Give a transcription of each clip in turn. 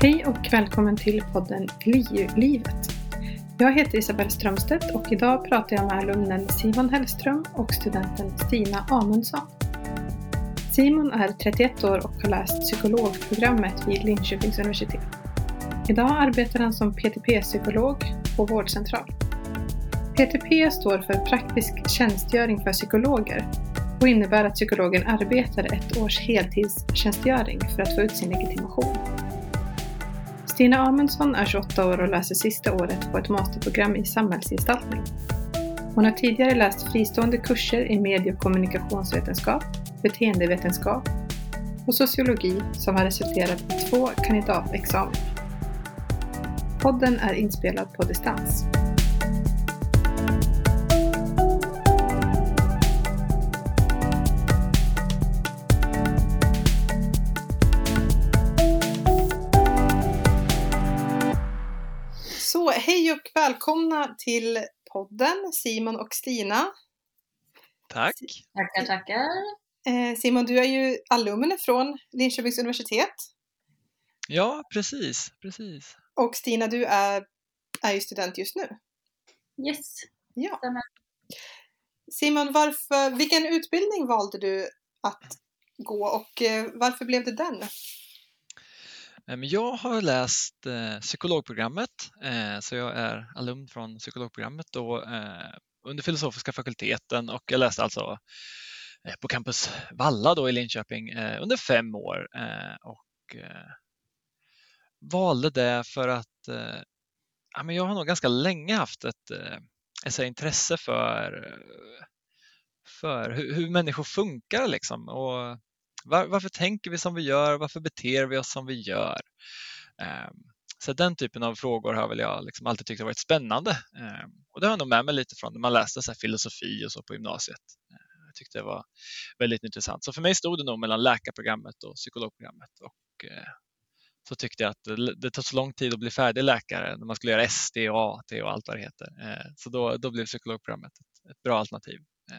Hej och välkommen till podden LiU-livet. Jag heter Isabelle Strömstedt och idag pratar jag med alumnen Simon Hellström och studenten Stina Amundsson. Simon är 31 år och har läst psykologprogrammet vid Linköpings universitet. Idag arbetar han som PTP-psykolog på vårdcentral. PTP står för praktisk tjänstgöring för psykologer och innebär att psykologen arbetar ett års heltidstjänstgöring för att få ut sin legitimation. Stina Amundsson är 28 år och läser sista året på ett masterprogram i samhällsgestaltning. Hon har tidigare läst fristående kurser i medie- och kommunikationsvetenskap, beteendevetenskap och sociologi som har resulterat i 2 kandidatexamina. Podden är inspelad på distans. Så hej och välkomna till podden Simon och Stina. Tack. Tackar. Simon, du är ju alumn från Linköpings universitet. Ja, precis. Och Stina, du är ju student just nu. Yes. Ja. Stämmer. Simon, vilken utbildning valde du att gå och varför blev det den? Jag har läst psykologprogrammet, så jag är alumn från psykologprogrammet då, under filosofiska fakulteten, och jag läste alltså på campus Valla då i Linköping under 5 år och valde det för att jag har nog ganska länge haft ett intresse för hur människor funkar liksom, och varför tänker vi som vi gör, varför beter vi oss som vi gör. Så den typen av frågor har väl jag liksom alltid tyckt har varit spännande, och det har jag nog med mig lite från när man läste så här filosofi och så på gymnasiet. Jag tyckte det var väldigt intressant. Så för mig stod det nog mellan läkarprogrammet och psykologprogrammet, och så tyckte jag att det tog så lång tid att bli färdig läkare när man skulle göra ST och AT och allt vad det heter. Så då blev psykologprogrammet ett bra alternativ.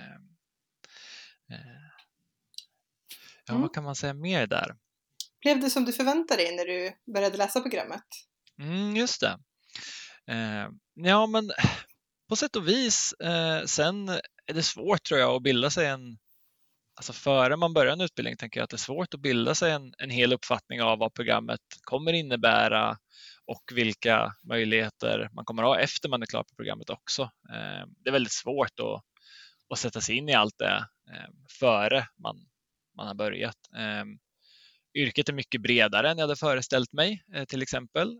Ja, vad kan man säga mer där? Blev det som du förväntade dig när du började läsa programmet? Just det. Ja, men på sätt och vis. Sen är det svårt, tror jag, att bilda sig alltså före man börjar en utbildning tänker jag att det är svårt att bilda sig en hel uppfattning av vad programmet kommer innebära och vilka möjligheter man kommer ha efter man är klar på programmet också. Det är väldigt svårt att sätta sig in i allt det före man har börjat. Yrket är mycket bredare än jag hade föreställt mig, till exempel.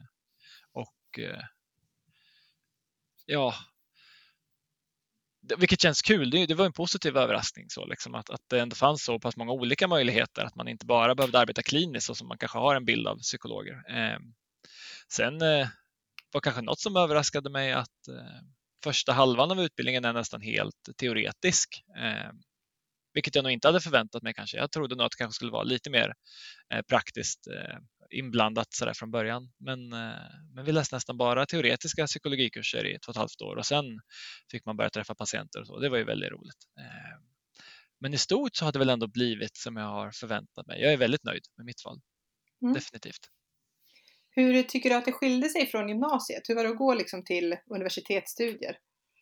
Vilket känns kul. Det var en positiv överraskning så liksom, att det ändå fanns så pass många olika möjligheter, att man inte bara behövde arbeta kliniskt så som man kanske har en bild av psykologer. Sen var kanske något som överraskade mig att första halvan av utbildningen är nästan helt teoretisk. Vilket jag nog inte hade förväntat mig kanske. Jag trodde nog att det kanske skulle vara lite mer praktiskt inblandat sådär från början. Men vi läste nästan bara teoretiska psykologikurser i 2,5 år, och sen fick man börja träffa patienter och så. Det var ju väldigt roligt. Men i stort så har det väl ändå blivit som jag har förväntat mig. Jag är väldigt nöjd med mitt val. Definitivt. Hur tycker du att det skilde sig från gymnasiet? Hur var det att gå liksom till universitetsstudier?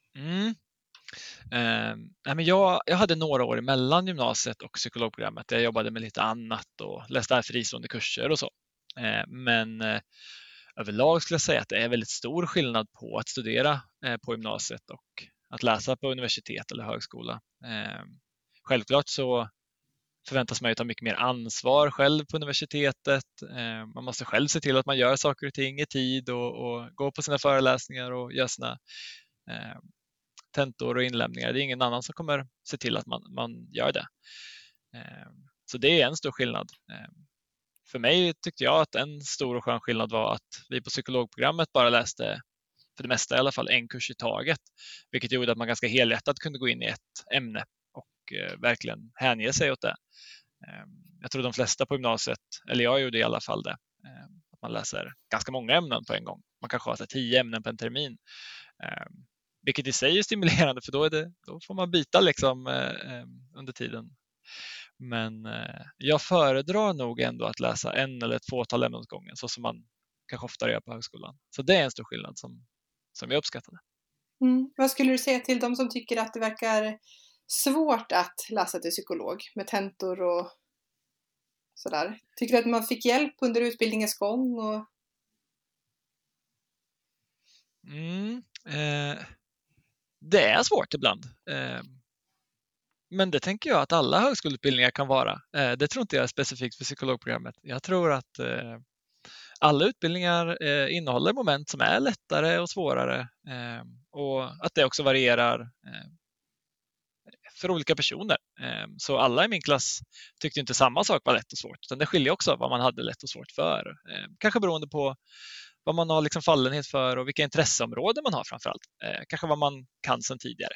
Men jag hade några år mellan gymnasiet och psykologprogrammet. Jag jobbade med lite annat och läste fristående kurser och så. Men överlag skulle jag säga att det är väldigt stor skillnad på att studera på gymnasiet och att läsa på universitet eller högskola. Självklart så förväntas man ju ta mycket mer ansvar själv på universitetet. Man måste själv se till att man gör saker och ting i tid och gå på sina föreläsningar och göra sina tentor och inlämningar. Det är ingen annan som kommer se till att man gör det. Så det är en stor skillnad. För mig tyckte jag att en stor och skön skillnad var att vi på psykologprogrammet bara läste, för det mesta i alla fall, en kurs i taget. Vilket gjorde att man ganska helhjärtat kunde gå in i ett ämne och verkligen hänge sig åt det. Jag tror de flesta på gymnasiet, eller jag gjorde i alla fall det, att man läser ganska många ämnen på en gång. Man kanske har 10 ämnen på en termin. Vilket i sig är stimulerande, för då får man byta liksom, under tiden. Men jag föredrar nog ändå att läsa en eller ett fåtal ämnen åt gången, så som man kanske oftare gör på högskolan. Så det är en stor skillnad som jag uppskattade. Vad skulle du säga till de som tycker att det verkar svårt att läsa till psykolog med tentor och sådär? Tycker du att man fick hjälp under utbildningens gång? Det är svårt ibland. Men det tänker jag att alla högskoleutbildningar kan vara. Det tror inte jag är specifikt för psykologprogrammet. Jag tror att alla utbildningar innehåller moment som är lättare och svårare, och att det också varierar för olika personer. Så alla i min klass tyckte inte samma sak var lätt och svårt, utan det skiljer också vad man hade lätt och svårt för. Kanske beroende på vad man har liksom fallenhet för och vilka intresseområden man har framförallt. Kanske vad man kan sedan tidigare.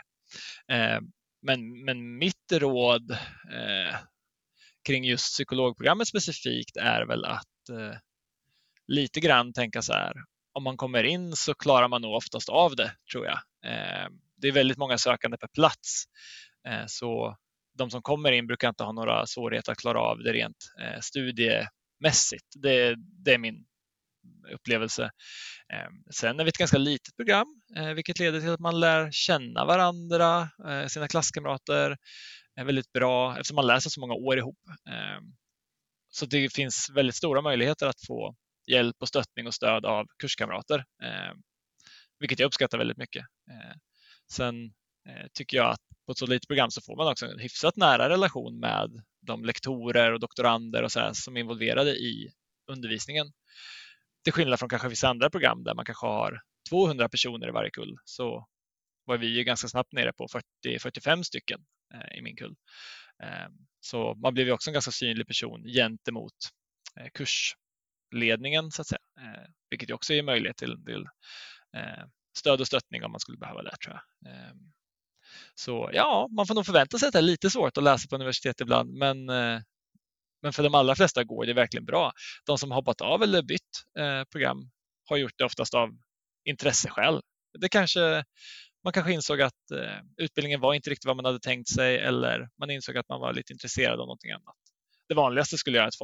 Men mitt råd kring just psykologprogrammet specifikt är väl att lite grann tänka så här: om man kommer in så klarar man nog oftast av det, tror jag. Det är väldigt många sökande per plats, så de som kommer in brukar inte ha några svårigheter att klara av det rent studiemässigt. Det är min upplevelse. Sen är vi ett ganska litet program, vilket leder till att man lär känna varandra, sina klasskamrater är väldigt bra eftersom man läser så många år ihop. Så det finns väldigt stora möjligheter att få hjälp och stöttning och stöd av kurskamrater, vilket jag uppskattar väldigt mycket. Sen tycker jag att på ett så litet program så får man också en hyfsat nära relation med de lektorer och doktorander och så här som är involverade i undervisningen. Till skillnad från kanske vissa andra program där man kanske har 200 personer i varje kull, så var vi ju ganska snabbt nere på 40-45 stycken i min kull. Så man blev ju också en ganska synlig person gentemot kursledningen, så att säga. Vilket ju också ger möjlighet till stöd och stöttning om man skulle behöva det, tror jag. Så ja, man får nog förvänta sig att det är lite svårt att läsa på universitet ibland, men för de allra flesta går det verkligen bra. De som hoppat av eller bytt program har gjort det oftast av intresseskäl. Man kanske insåg att utbildningen var inte riktigt vad man hade tänkt sig, eller man insåg att man var lite intresserad av någonting annat. Det vanligaste skulle jag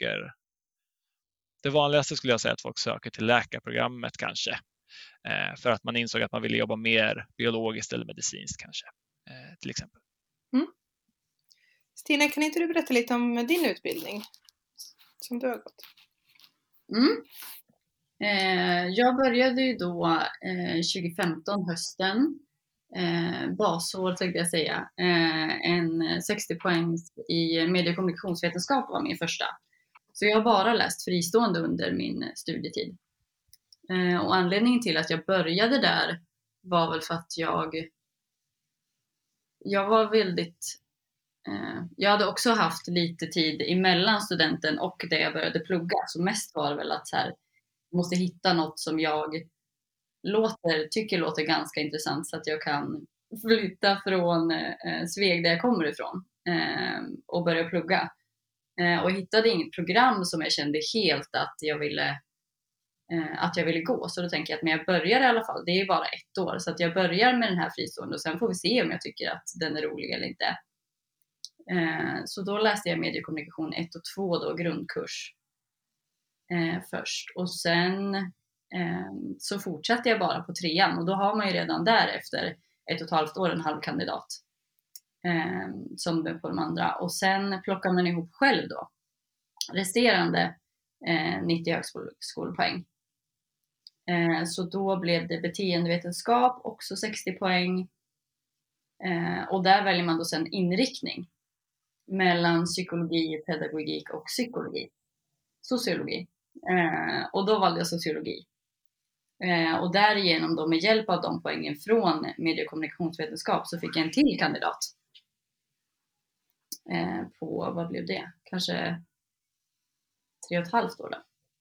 säga att folk söker till läkarprogrammet kanske. För att man insåg att man ville jobba mer biologiskt eller medicinskt kanske, till exempel. Stina, kan inte du berätta lite om din utbildning som du har gått? Jag började ju då 2015 hösten, basår tänkte jag säga, en 60 poäng i medie- och kommunikationsvetenskap var min första. Så jag har bara läst fristående under min studietid. Och anledningen till att jag började där var väl för att jag var väldigt... Jag hade också haft lite tid emellan studenten och det jag började plugga. Så mest var det väl att så här, jag måste hitta något som jag tycker låter ganska intressant så att jag kan flytta från Sveg där jag kommer ifrån och börja plugga. Och jag hittade inget program som jag kände helt att jag ville gå. Så då tänker jag att men jag börjar i alla fall. Det är ju bara 1 år. Så att jag börjar med den här fristående och sen får vi se om jag tycker att den är rolig eller inte. Så då läste jag mediekommunikation 1 och 2 då, grundkurs först. Och sen så fortsatte jag bara på 3:an. Och då har man ju redan där efter 1,5 år en halvkandidat. Som på de andra. Och sen plockar man ihop själv då. Resterande 90 högskolepoäng. Så då blev det beteendevetenskap, också 60 poäng. Och där väljer man då sen inriktning mellan psykologi, pedagogik och sociologi. Och då valde jag sociologi. Och därigenom då med hjälp av de poängen från medie- och kommunikationsvetenskap så fick jag en till kandidat. På, vad blev det? Kanske 3,5 år då.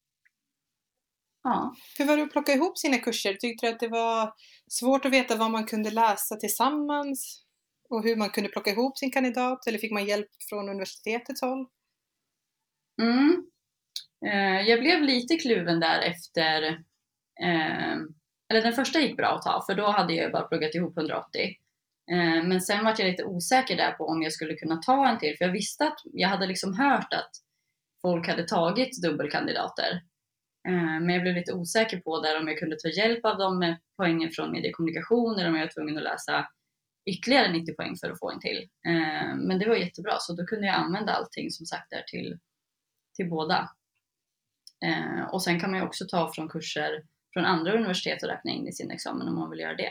Ja. Hur var det att plocka ihop sina kurser? Tyckte du att det var svårt att veta vad man kunde läsa tillsammans? Och hur man kunde plocka ihop sin kandidat? Eller fick man hjälp från universitetets håll? Jag blev lite kluven där efter... Eller den första gick bra att ta. För då hade jag bara pluggat ihop 180. Men sen var jag lite osäker där på om jag skulle kunna ta en till. För jag visste att jag hade liksom hört att folk hade tagit dubbelkandidater. Men jag blev lite osäker på där om jag kunde ta hjälp av dem med poängen från mediekommunikation eller om jag var tvungen att läsa ytterligare 90 poäng för att få en till. Men det var jättebra, så då kunde jag använda allting som sagt där till båda. Och sen kan man ju också ta från kurser från andra universitet och räkna in i sin examen om man vill göra det.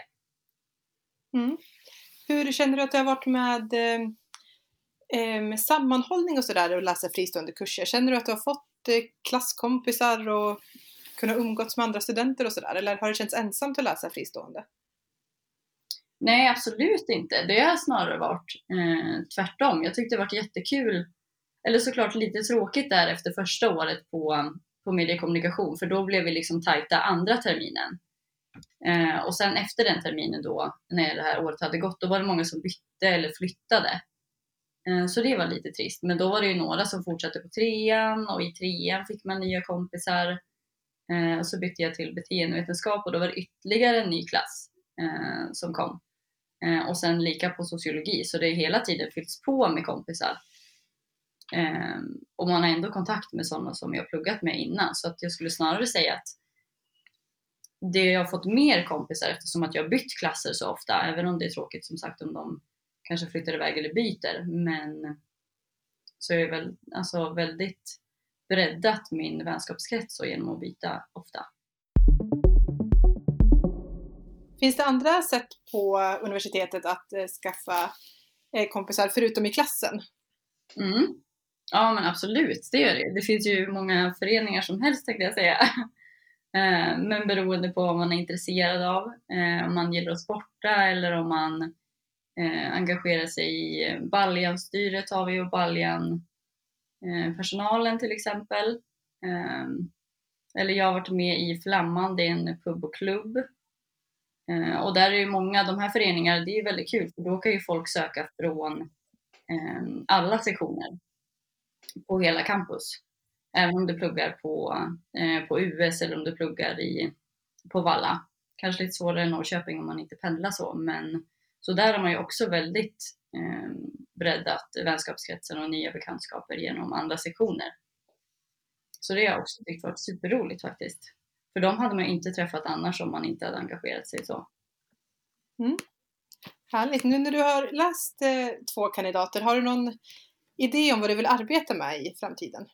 Hur känner du att det har varit med sammanhållning och sådär och läsa fristående kurser? Känner du att du har fått klasskompisar och kunna umgås med andra studenter och sådär? Eller har det känts ensamt att läsa fristående? Nej, absolut inte. Det har snarare varit tvärtom. Jag tyckte det varit jättekul. Eller såklart lite tråkigt där efter första året på mediekommunikation. För då blev vi liksom tajta andra terminen. Och sen efter den terminen då, när det här året hade gått, då var det många som bytte eller flyttade. Så det var lite trist. Men då var det ju några som fortsatte på 3:an och i 3:an fick man nya kompisar. Och så bytte jag till beteendevetenskap och då var det ytterligare en ny klass som kom. Och sen lika på sociologi, så det är hela tiden fyllts på med kompisar. Och man har ändå kontakt med sådana som jag pluggat med innan. Så att jag skulle snarare säga att jag har fått mer kompisar eftersom att jag har bytt klasser så ofta. Även om det är tråkigt som sagt om de kanske flyttar iväg eller byter. Men så är jag väl alltså väldigt breddat min vänskapskrets och genom att byta ofta. Finns det andra sätt på universitetet att skaffa kompisar förutom i klassen? Ja, men absolut, det gör det. Det finns ju många föreningar som helst, tänkte jag säga. Men beroende på vad man är intresserad av. Om man gillar att sporta eller om man engagerar sig i Baljan-styret har vi och Baljan-personalen till exempel. Eller jag har varit med i Flamman, det är en pub och klubb. Och där är ju många, de här föreningar, det är väldigt kul för då kan ju folk söka från alla sektioner på hela campus. Även om du pluggar på US eller om du pluggar på Valla. Kanske lite svårare än Norrköping om man inte pendlar så. Men så där har man ju också väldigt breddat vänskapskretsen och nya bekantskaper genom andra sektioner. Så det har jag också tyckt varit superroligt faktiskt. För de hade man inte träffat annars om man inte hade engagerat sig så. Härligt. Nu när du har läst 2 kandidater, har du någon idé om vad du vill arbeta med i framtiden?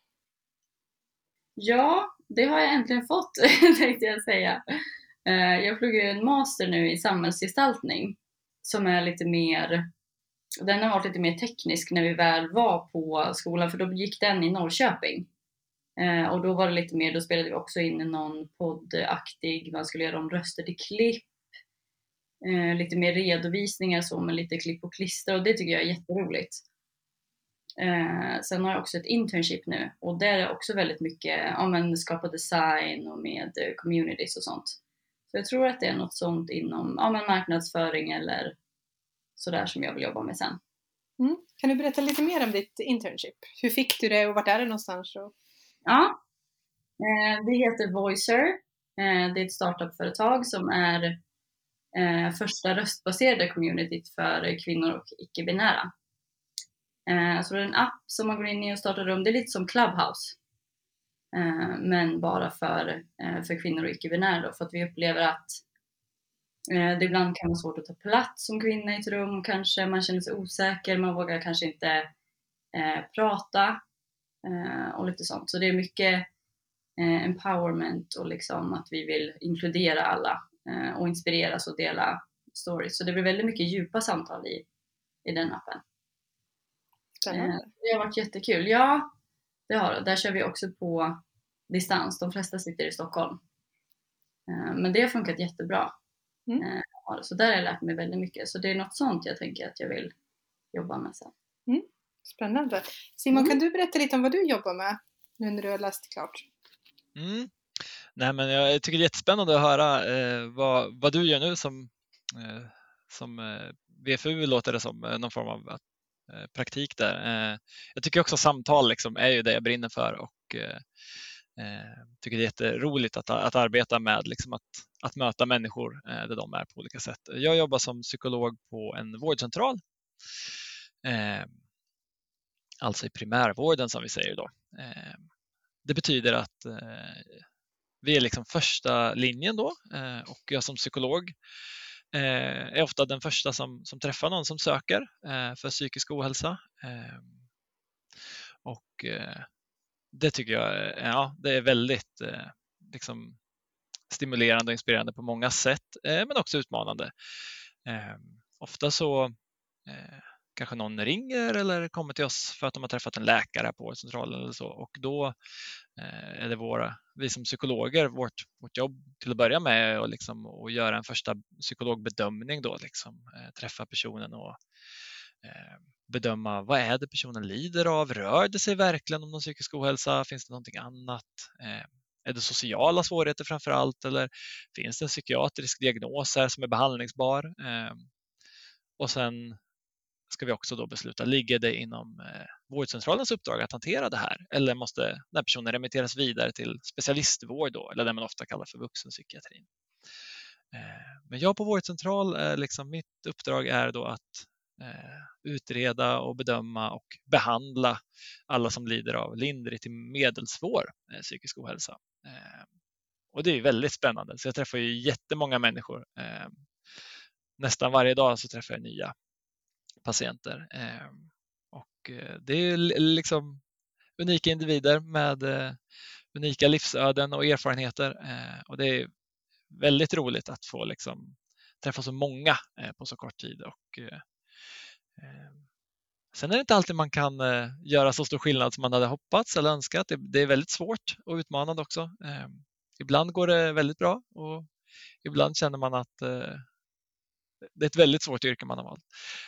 Ja, det har jag äntligen fått, tänkte jag säga. Jag pluggar en master nu i samhällsgestaltning som är lite mer, den har varit lite mer teknisk när vi väl var på skolan, för då gick den i Norrköping. Och då var det lite mer, då spelade vi också in någon poddaktig, man skulle göra om röster till klipp. Lite mer redovisningar så med lite klipp och klister och det tycker jag är jätteroligt. Sen har jag också ett internship nu och där är också väldigt mycket skapa design och med communities och sånt. Så jag tror att det är något sånt inom marknadsföring eller sådär som jag vill jobba med sen. Kan du berätta lite mer om ditt internship? Hur fick du det och vart är det någonstans? Ja, det heter Voicer. Det är ett startup-företag som är första röstbaserade communityt för kvinnor och icke-binära. Så det är en app som man går in i och startar rum. Det är lite som Clubhouse. Men bara för kvinnor och icke-binära då. För att vi upplever att det ibland kan vara svårt att ta plats som kvinna i ett rum. Kanske man känner sig osäker. Man vågar kanske inte prata. Och lite sånt. Så det är mycket empowerment och liksom att vi vill inkludera alla. Och inspireras och dela stories. Så det blir väldigt mycket djupa samtal i den appen. Det har varit jättekul. Ja, det har det. Där kör vi också på distans. De flesta sitter i Stockholm. Men det har funkat jättebra. Så där har jag lärt mig väldigt mycket. Så det är något sånt jag tänker att jag vill jobba med sen. Spännande. Simon, kan du berätta lite om vad du jobbar med nu när du har läst klart? Nej, men jag tycker det är jättespännande att höra vad du gör nu som VFU låter det som någon form av praktik där. Jag tycker också samtal liksom är ju det jag brinner för och Tycker det är jätteroligt att arbeta med liksom att möta människor där de är på olika sätt. Jag jobbar som psykolog på en vårdcentral. Alltså i primärvården som vi säger då. Det betyder att vi är liksom första linjen då och jag som psykolog är ofta den första som träffar någon som söker för psykisk ohälsa. Och det tycker jag det är väldigt liksom stimulerande och inspirerande på många sätt, men också utmanande. Ofta så kanske någon ringer eller kommer till oss för att de har träffat en läkare på vårdcentralen eller så, och då är det vi som psykologer, vårt jobb till att börja med och liksom att göra en första psykologbedömning då, liksom träffa personen och bedöma vad är det personen lider av, rör det sig verkligen om någon psykisk ohälsa, finns det någonting annat, är det sociala svårigheter framför allt, eller finns det en psykiatrisk diagnos här som är behandlingsbar, och sen ska vi också då besluta, ligger det inom vårdcentralens uppdrag att hantera det här, eller måste den här personen remitteras vidare till specialistvård då, eller det man ofta kallar för vuxenpsykiatrin. Men jag på vårdcentral, liksom mitt uppdrag är då att utreda och bedöma och behandla alla som lider av lindrig till medelsvår psykisk ohälsa. Och det är väldigt spännande, så jag träffar ju jättemånga människor. Nästan varje dag så träffar jag nya patienter. Och det är liksom unika individer med unika livsöden och erfarenheter. Och det är väldigt roligt att få liksom träffa så många på så kort tid. Och sen är det inte alltid man kan göra så stor skillnad som man hade hoppats eller önskat. Det är väldigt svårt och utmanande också. Ibland går det väldigt bra och ibland känner man att det är ett väldigt svårt yrke man har valt.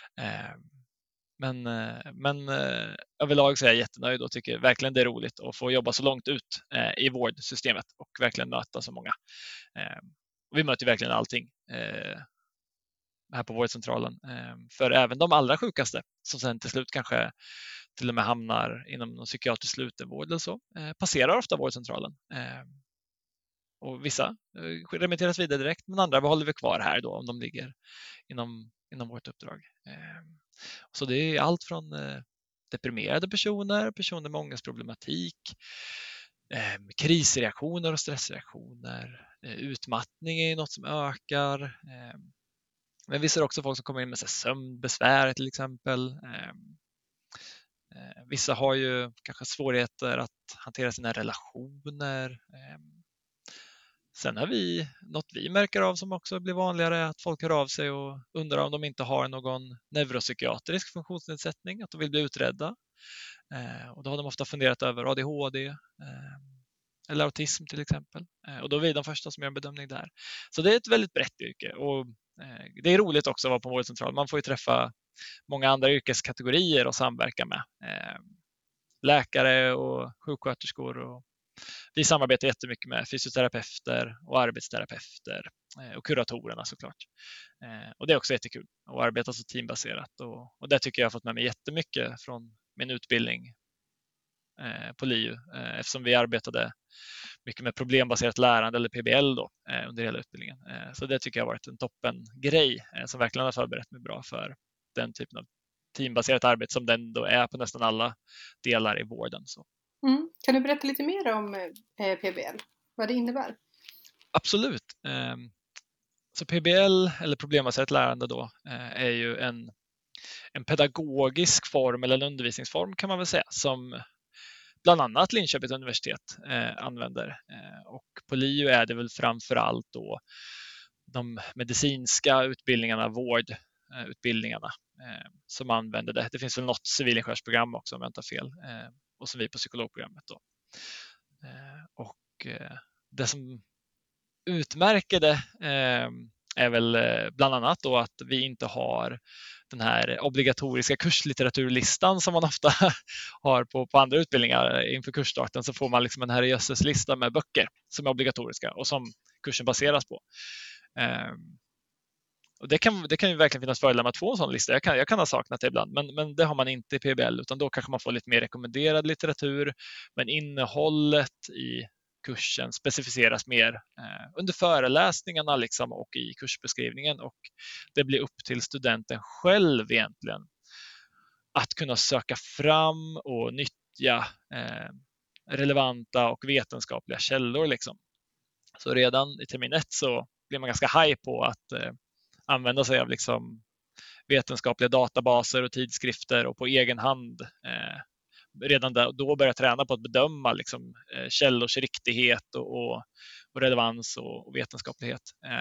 Men överlag så är jag jättenöjd och tycker verkligen det är roligt att få jobba så långt ut i vårdsystemet och verkligen möta så många. Vi möter verkligen allting här på vårdcentralen. För även de allra sjukaste som sen till slut kanske till och med hamnar inom någon psykiatrisk slutenvård eller så, passerar ofta vårdcentralen. Och vissa remitteras vidare direkt, men andra behåller vi kvar här då om de ligger inom vårt uppdrag. Så det är allt från deprimerade personer med ångestproblematik, krisreaktioner och stressreaktioner, utmattning är något som ökar. Men vi ser också folk som kommer in med sömnbesvär till exempel. Vissa har ju kanske svårigheter att hantera sina relationer. Sen har något vi märker av som också blir vanligare, att folk hör av sig och undrar om de inte har någon neuropsykiatrisk funktionsnedsättning, att de vill bli utredda. Och då har de ofta funderat över ADHD eller autism till exempel. Och då är vi de första som gör en bedömning där. Så det är ett väldigt brett yrke och det är roligt också att vara på vårdcentral. Man får ju träffa många andra yrkeskategorier och samverka med. Läkare och sjuksköterskor och vi samarbetar jättemycket med fysioterapeuter och arbetsterapeuter och kuratorerna såklart. Och det är också jättekul att arbeta så teambaserat. Och det tycker jag har fått med mig jättemycket från min utbildning på LiU. Eftersom vi arbetade mycket med problembaserat lärande eller PBL då, under hela utbildningen. Så det tycker jag har varit en toppen grej som verkligen har förberett mig bra för den typen av teambaserat arbete som den då är på nästan alla delar i vården. Så. Kan du berätta lite mer om PBL? Vad det innebär? Absolut. Så PBL eller problembaserat lärande då är ju en pedagogisk form eller en undervisningsform kan man väl säga som bland annat Linköpings universitet använder. Och på LiU är det väl framförallt då de medicinska utbildningarna, vårdutbildningarna som använder det. Det finns väl något civilingenjörsprogram också om jag inte har fel. Och som vi på psykologprogrammet då. Och det som utmärker det är väl bland annat då att vi inte har den här obligatoriska kurslitteraturlistan som man ofta har på andra utbildningar. Inför kursstarten så får man liksom en herrejösseslista med böcker som är obligatoriska och som kursen baseras på. Och det kan ju verkligen finnas fördelar med att få en sån lista. Jag kan ha saknat det ibland, men det har man inte i PBL utan då kanske man får lite mer rekommenderad litteratur. Men innehållet i kursen specificeras mer under föreläsningarna liksom, och i kursbeskrivningen, och det blir upp till studenten själv egentligen att kunna söka fram och nyttja relevanta och vetenskapliga källor liksom. Så redan i termin 1 så blir man ganska high på att använda sig av liksom vetenskapliga databaser och tidskrifter och på egen hand redan då börja träna på att bedöma liksom, källors riktighet och relevans och vetenskaplighet.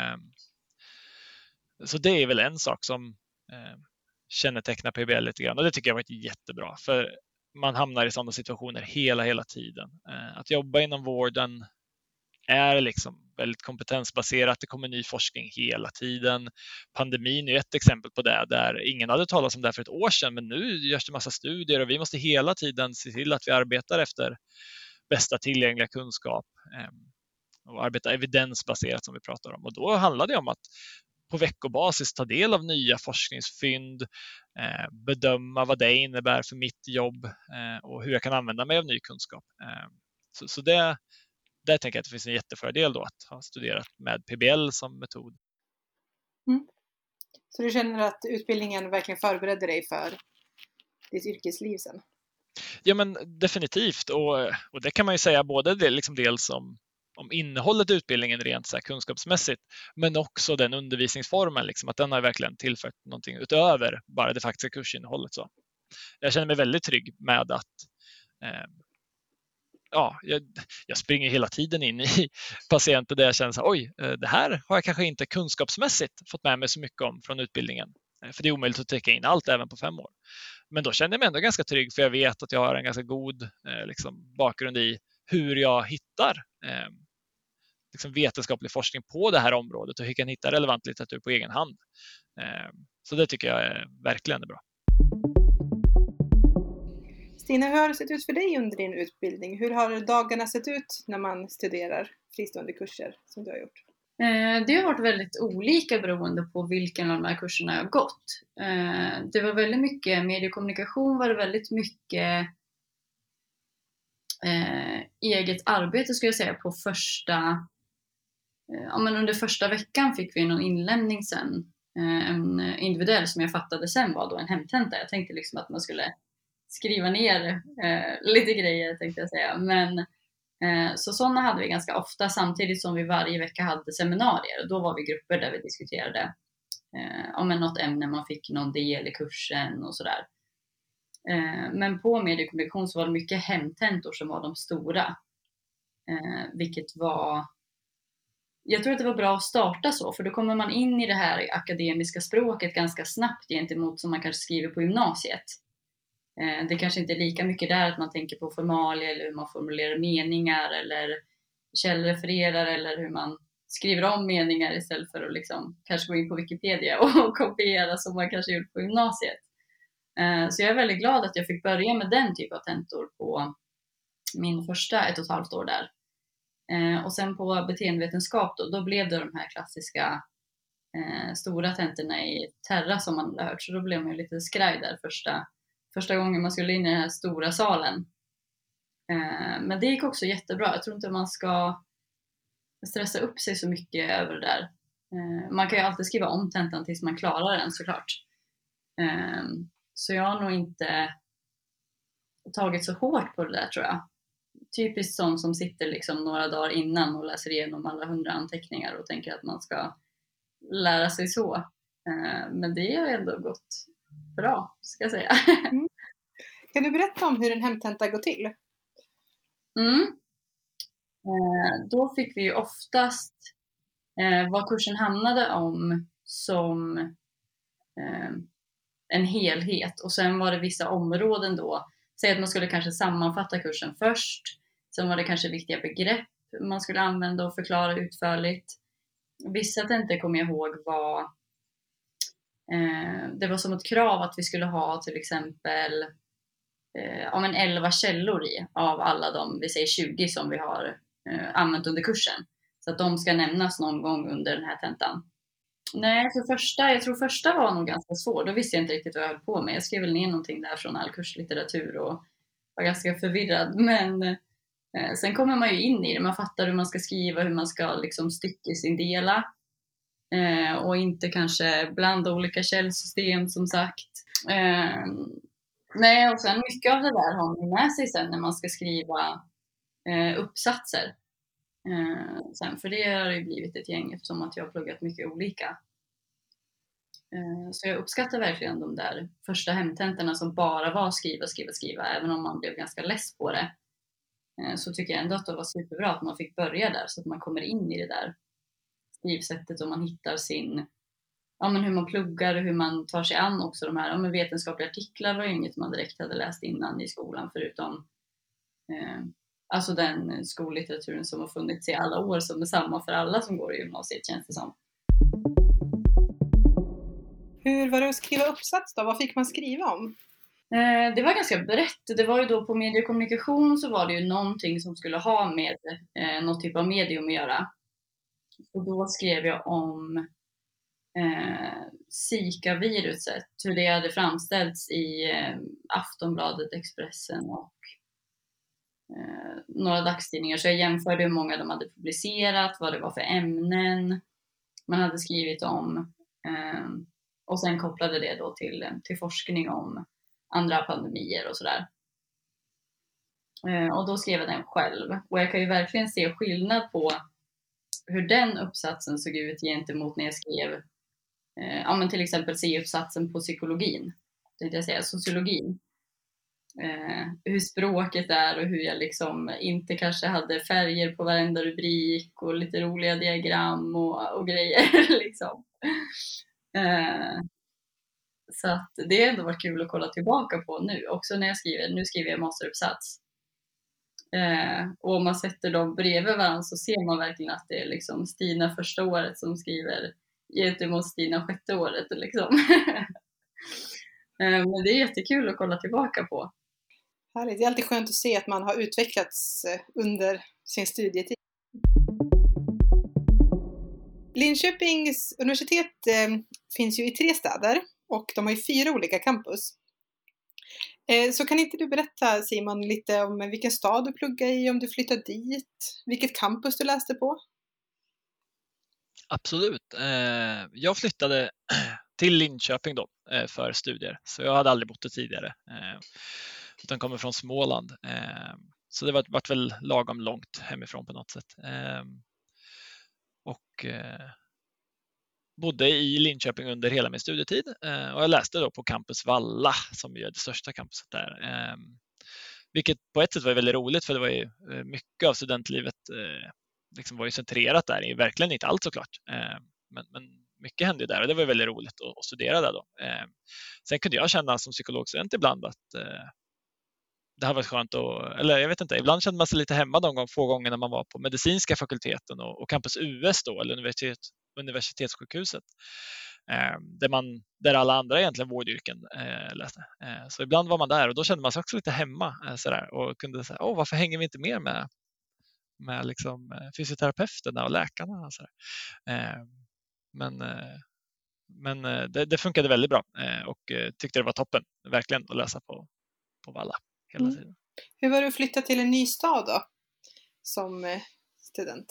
Så det är väl en sak som kännetecknar PBL lite grann, och det tycker jag har varit jättebra, för man hamnar i sådana situationer hela tiden. Att jobba inom vården är liksom väldigt kompetensbaserat. Det kommer ny forskning hela tiden. Pandemin är ett exempel på det, där ingen hade talat om det för ett år sedan, men nu görs det massa studier och vi måste hela tiden se till att vi arbetar efter bästa tillgängliga kunskap och arbeta evidensbaserat som vi pratar om. Och då handlar det om att på veckobasis ta del av nya forskningsfynd, bedöma vad det innebär för mitt jobb och hur jag kan använda mig av ny kunskap. Så det där tänker jag att det finns en jättefördel då att ha studerat med PBL som metod. Så du känner att utbildningen verkligen förberedde dig för ditt yrkesliv sen? Ja, men definitivt, och det kan man ju säga både det, liksom dels om innehållet i utbildningen rent så här kunskapsmässigt, men också den undervisningsformen, liksom, att den har verkligen tillfört någonting utöver bara det faktiska kursinnehållet. Så jag känner mig väldigt trygg med att jag springer hela tiden in i patienter där jag känner så här, det här har jag kanske inte kunskapsmässigt fått med mig så mycket om från utbildningen. För det är omöjligt att täcka in allt även på 5 år. Men då känner jag mig ändå ganska trygg, för jag vet att jag har en ganska god liksom, bakgrund i hur jag hittar liksom, vetenskaplig forskning på det här området och hur jag kan hitta relevant litteratur på egen hand. Så det tycker jag verkligen är bra. Stina, hur har det sett ut för dig under din utbildning? Hur har dagarna sett ut när man studerar fristående kurser som du har gjort? Det har varit väldigt olika beroende på vilken av de här kurserna jag har gått. Det var väldigt mycket mediekommunikation, var det väldigt mycket eget arbete skulle jag säga på under första veckan fick vi någon inlämning sen. En individuell som jag fattade sen var då en hemtenta. Jag tänkte liksom att man skulle skriva ner lite grejer tänkte jag säga. Men så sådana hade vi ganska ofta samtidigt som vi varje vecka hade seminarier. Då var vi grupper där vi diskuterade om något ämne, man fick någon del i kursen och sådär. Men på mediekommunikation så var det mycket hemtentor som var de stora. Vilket var... Jag tror att det var bra att starta så, för då kommer man in i det här akademiska språket ganska snabbt gentemot som man kanske skriver på gymnasiet. Det kanske inte är lika mycket där att man tänker på formalia eller hur man formulerar meningar eller källrefererar eller hur man skriver om meningar istället för att liksom kanske gå in på Wikipedia och kopiera som man kanske gjort på gymnasiet. Så jag är väldigt glad att jag fick börja med den typ av tentor på min första 1,5 år där. Och sen på beteendevetenskap då blev det de här klassiska stora tentorna i Terra som man hade hört. Så då blev man ju lite skraj där första gången man skulle in i den här stora salen. Men det gick också jättebra. Jag tror inte man ska stressa upp sig så mycket över det där. Man kan ju alltid skriva om tentan tills man klarar den såklart. Så jag har nog inte tagit så hårt på det där tror jag. Typiskt sån som sitter liksom några dagar innan och läser igenom alla 100 anteckningar och tänker att man ska lära sig så. Men det har ändå gått bra, ska jag säga. Mm. Kan du berätta om hur en hemtenta går till? Då fick vi ju oftast vad kursen handlade om som en helhet. Och sen var det vissa områden då. Säg att man skulle kanske sammanfatta kursen först. Sen var det kanske viktiga begrepp man skulle använda och förklara utförligt. Vissa tentor kommer jag ihåg det var som ett krav att vi skulle ha till exempel 11 källor i av alla de, vi säger 20 som vi har använt under kursen. Så att de ska nämnas någon gång under den här tentan. Nej, jag tror första var nog ganska svår. Då visste jag inte riktigt vad jag höll på med. Jag skrev väl ner någonting där från all kurslitteratur och var ganska förvirrad. Men Sen kommer man ju in i det, man fattar hur man ska skriva, hur man ska liksom styckesindela och inte kanske blanda olika källsystem som sagt. Nej, och sen mycket av det där har man med sig sen när man ska skriva uppsatser. Sen, för det har ju blivit ett gäng eftersom att jag har pluggat mycket olika. Så jag uppskattar verkligen de där första hemtentorna som bara var skriva. Även om man blev ganska less på det. Så tycker jag ändå att det var superbra att man fick börja där så att man kommer in i det där skrivsättet och man hittar sin, men hur man pluggar och hur man tar sig an också de här, vetenskapliga artiklar var ju inget man direkt hade läst innan i skolan förutom alltså den skollitteraturen som har funnits i alla år som är samma för alla som går i gymnasiet känns det som. Hur var det att skriva uppsats då? Vad fick man skriva om? Det var ganska brett. Det var ju då på medie och kommunikation så var det ju någonting som skulle ha med någon typ av medium att göra. Och då skrev jag om Zika-viruset, hur det hade framställts i Aftonbladet, Expressen och några dagstidningar. Så jag jämförde hur många de hade publicerat, vad det var för ämnen man hade skrivit om. Och sen kopplade det då till forskning om andra pandemier och sådär. Och då skrev jag den själv. Och jag kan ju verkligen se skillnad på hur den uppsatsen såg ut gentemot när jag skrev till exempel C-uppsatsen på psykologin. Tänkte jag säga, sociologin. Hur språket är och hur jag liksom inte kanske hade färger på varenda rubrik och lite roliga diagram och grejer liksom. Så att det har ändå varit kul att kolla tillbaka på nu. Också när nu skriver jag masteruppsats. Och om man sätter dem bredvid varandra så ser man verkligen att det är liksom Stina första året som skriver gentemot Stina sjätte året. Liksom. Men det är jättekul att kolla tillbaka på. Härligt. Det är alltid skönt att se att man har utvecklats under sin studietid. Linköpings universitet finns ju i 3 städer och de har ju 4 olika campus. Så kan inte du berätta, Simon, lite om vilken stad du pluggar i, om du flyttade dit, vilket campus du läste på? Absolut. Jag flyttade till Linköping då för studier, så jag hade aldrig bott där tidigare. Utan kommer från Småland. Så det var väl lagom långt hemifrån på något sätt. Och bodde i Linköping under hela min studietid. Och jag läste då på campus Valla som är det största campuset där. Vilket på ett sätt var väldigt roligt för det var ju mycket av studentlivet liksom var ju centrerat där. Verkligen inte allt såklart. Men mycket hände där och det var väldigt roligt att studera där då. Sen kunde jag känna som psykologstudent ibland att det här var skönt eller jag vet inte, ibland kände man sig lite hemma de få gånger när man var på medicinska fakulteten och campus US då, eller universitetssjukhuset. Där alla andra egentligen vårdyrken läste. Så ibland var man där och då kände man sig också lite hemma sådär, och kunde säga, varför hänger vi inte mer med liksom, fysioterapeuterna och läkarna? Sådär. Men det funkade väldigt bra och tyckte det var toppen verkligen att läsa på Valla hela tiden. Hur var det att flytta till en ny stad då som student?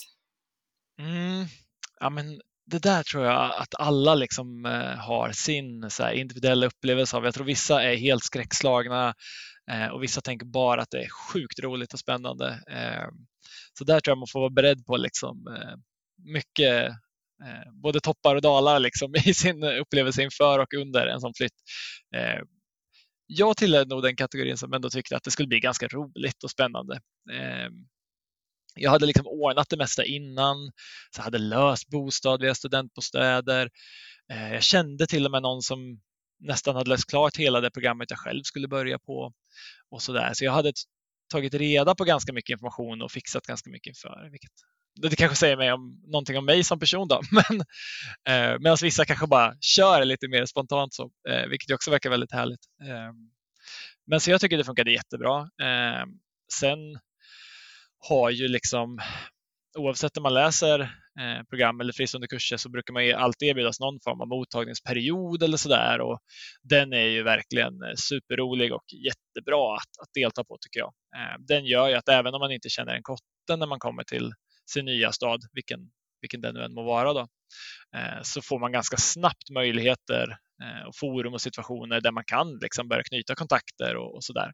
Ja, men det där tror jag att alla liksom har sin så här individuella upplevelse av. Jag tror vissa är helt skräckslagna och vissa tänker bara att det är sjukt roligt och spännande. Så där tror jag man får vara beredd på liksom mycket både toppar och dalar liksom i sin upplevelse inför och under en sån flytt. Jag tillhör nog den kategorin som ändå tyckte att det skulle bli ganska roligt och spännande. Jag hade liksom ordnat det mesta innan, så jag hade löst bostad via studentbostäder. Jag kände till och med någon som nästan hade läst klart hela det programmet jag själv skulle börja på och så där. Så jag hade tagit reda på ganska mycket information och fixat ganska mycket inför, vilket det kanske säger mig om någonting om mig som person då, men medan vissa kanske bara kör lite mer spontant så, vilket också verkar väldigt härligt. Men så jag tycker det funkade jättebra. Sen har ju liksom, oavsett om man läser program eller fristående kurser så brukar man ju alltid erbjudas någon form av mottagningsperiod eller sådär, och den är ju verkligen superrolig och jättebra att delta på, tycker jag. Den gör ju att även om man inte känner en kotte när man kommer till sin nya stad, vilken den nu än må vara då, så får man ganska snabbt möjligheter och forum och situationer där man kan liksom börja knyta kontakter och sådär.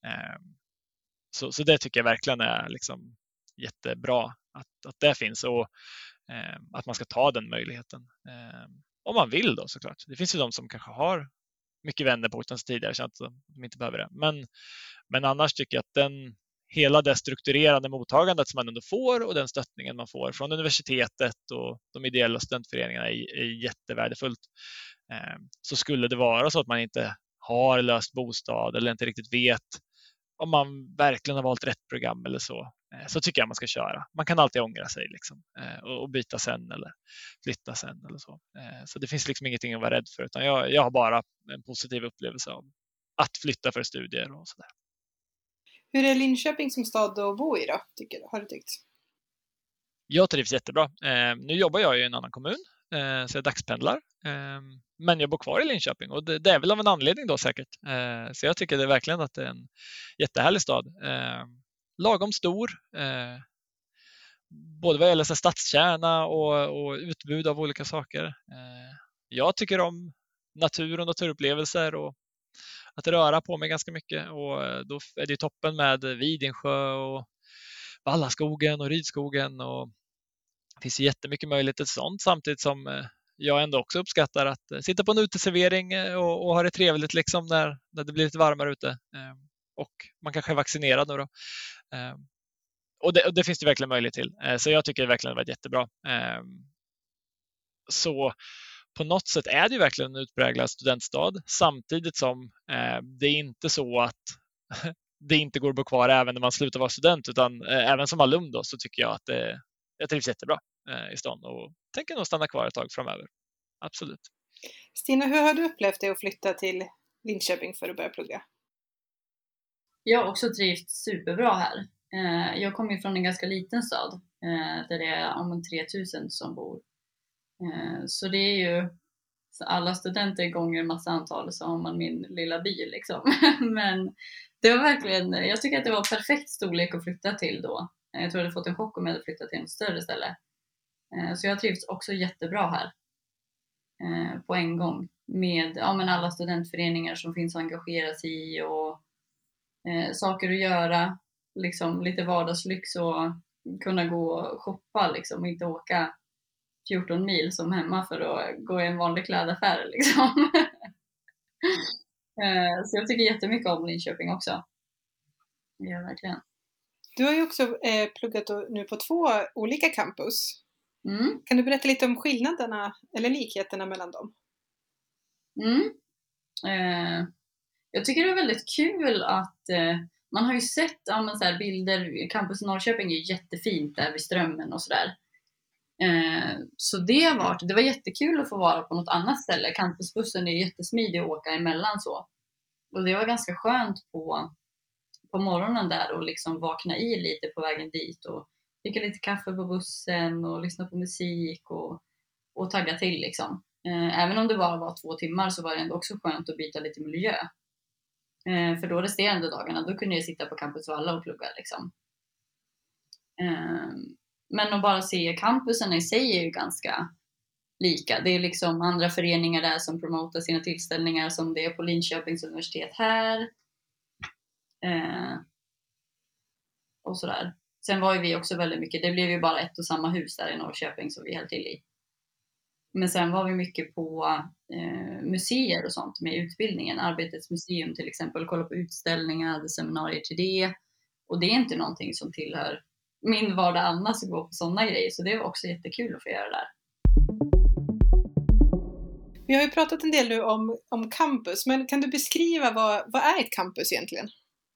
Så det tycker jag verkligen är liksom jättebra att det finns, och att man ska ta den möjligheten. Om man vill då, såklart. Det finns ju de som kanske har mycket vänner på orten tidigare så att de inte behöver det. Men annars tycker jag att hela det strukturerade mottagandet som man ändå får och den stöttningen man får från universitetet och de ideella studentföreningarna är jättevärdefullt. Så skulle det vara så att man inte har löst bostad eller inte riktigt vet om man verkligen har valt rätt program eller så tycker jag man ska köra. Man kan alltid ångra sig liksom, och byta sen eller flytta sen eller så. Så det finns liksom ingenting att vara rädd för, utan jag har bara en positiv upplevelse av att flytta för studier och sådär. Hur är Linköping som stad att bo i då, har du tyckt? Jag trivs jättebra. Nu jobbar jag i en annan kommun, så jag dagspendlar. Men jag bor kvar i Linköping och det är väl av en anledning då säkert. Så jag tycker det är verkligen att det är en jättehärlig stad. Lagom stor. Både vad gäller stadskärna och utbud av olika saker. Jag tycker om natur och naturupplevelser och att röra på mig ganska mycket. Och då är det toppen med Vidingsjö och Vallaskogen och Rydskogen. Och det finns jättemycket möjligheter till sånt, samtidigt som jag ändå också uppskattar att sitta på en uteservering och ha det trevligt liksom när det blir lite varmare ute. Och man kanske är vaccinerad nu då. Och det finns det verkligen möjlighet till. Så jag tycker det verkligen var jättebra. Så på något sätt är det ju verkligen en utpräglad studentstad, samtidigt som det är inte så att det inte går att bo kvar även när man slutar vara student, utan även som alumn då, så tycker jag att jag trivs jättebra i stan och tänker nog stanna kvar ett tag framöver. Absolut. Stina, hur har du upplevt det att flytta till Linköping för att börja plugga? Jag har också trivts superbra här. Jag kommer ju från en ganska liten stad där det är om 3000 som bor. Så det är ju alla studenter gånger en massa antal, så har man min lilla by liksom. Men det var verkligen, jag tycker att det var perfekt storlek att flytta till då. Jag tror jag hade fått en chock om jag hade flyttat till en större ställe. Så jag trivs också jättebra här. På en gång. Med alla studentföreningar som finns att engagera sig i och saker att göra. Liksom lite vardagslyx och kunna gå och shoppa liksom, och inte åka 14 mil som hemma för att gå i en vanlig klädaffär liksom. Så jag tycker jättemycket om Linköping också. Ja, verkligen. Du har ju också pluggat nu på 2 olika campus. Mm. Kan du berätta lite om skillnaderna eller likheterna mellan dem? Jag tycker det är väldigt kul att man har ju sett så här bilder. Campus Norrköping är jättefint där vid Strömmen och sådär. Så det var jättekul att få vara på något annat ställe. Campusbussen är jättesmidig att åka emellan så. Och det var ganska skönt på morgonen där och liksom vakna i lite på vägen dit och dricka lite kaffe på bussen och lyssna på musik och tagga till liksom. Även om det bara var 2 timmar så var det ändå också skönt att byta lite miljö. För då resterande dagarna, då kunde jag sitta på Campus Valla och plugga liksom. Men att bara se campusen i sig är ju ganska lika. Det är liksom andra föreningar där som promotar sina tillställningar som det är på Linköpings universitet här. Och sådär. Sen var ju vi också väldigt mycket, det blev ju bara ett och samma hus där i Norrköping som vi höll till i. Men sen var vi mycket på museer och sånt med utbildningen. Arbetets museum till exempel, kolla på utställningar, hade seminarier till det. Och det är inte någonting som tillhör min vardag annars att gå på sådana grejer. Så det var också jättekul att få göra där. Vi har ju pratat en del nu om campus, men kan du beskriva vad är ett campus egentligen?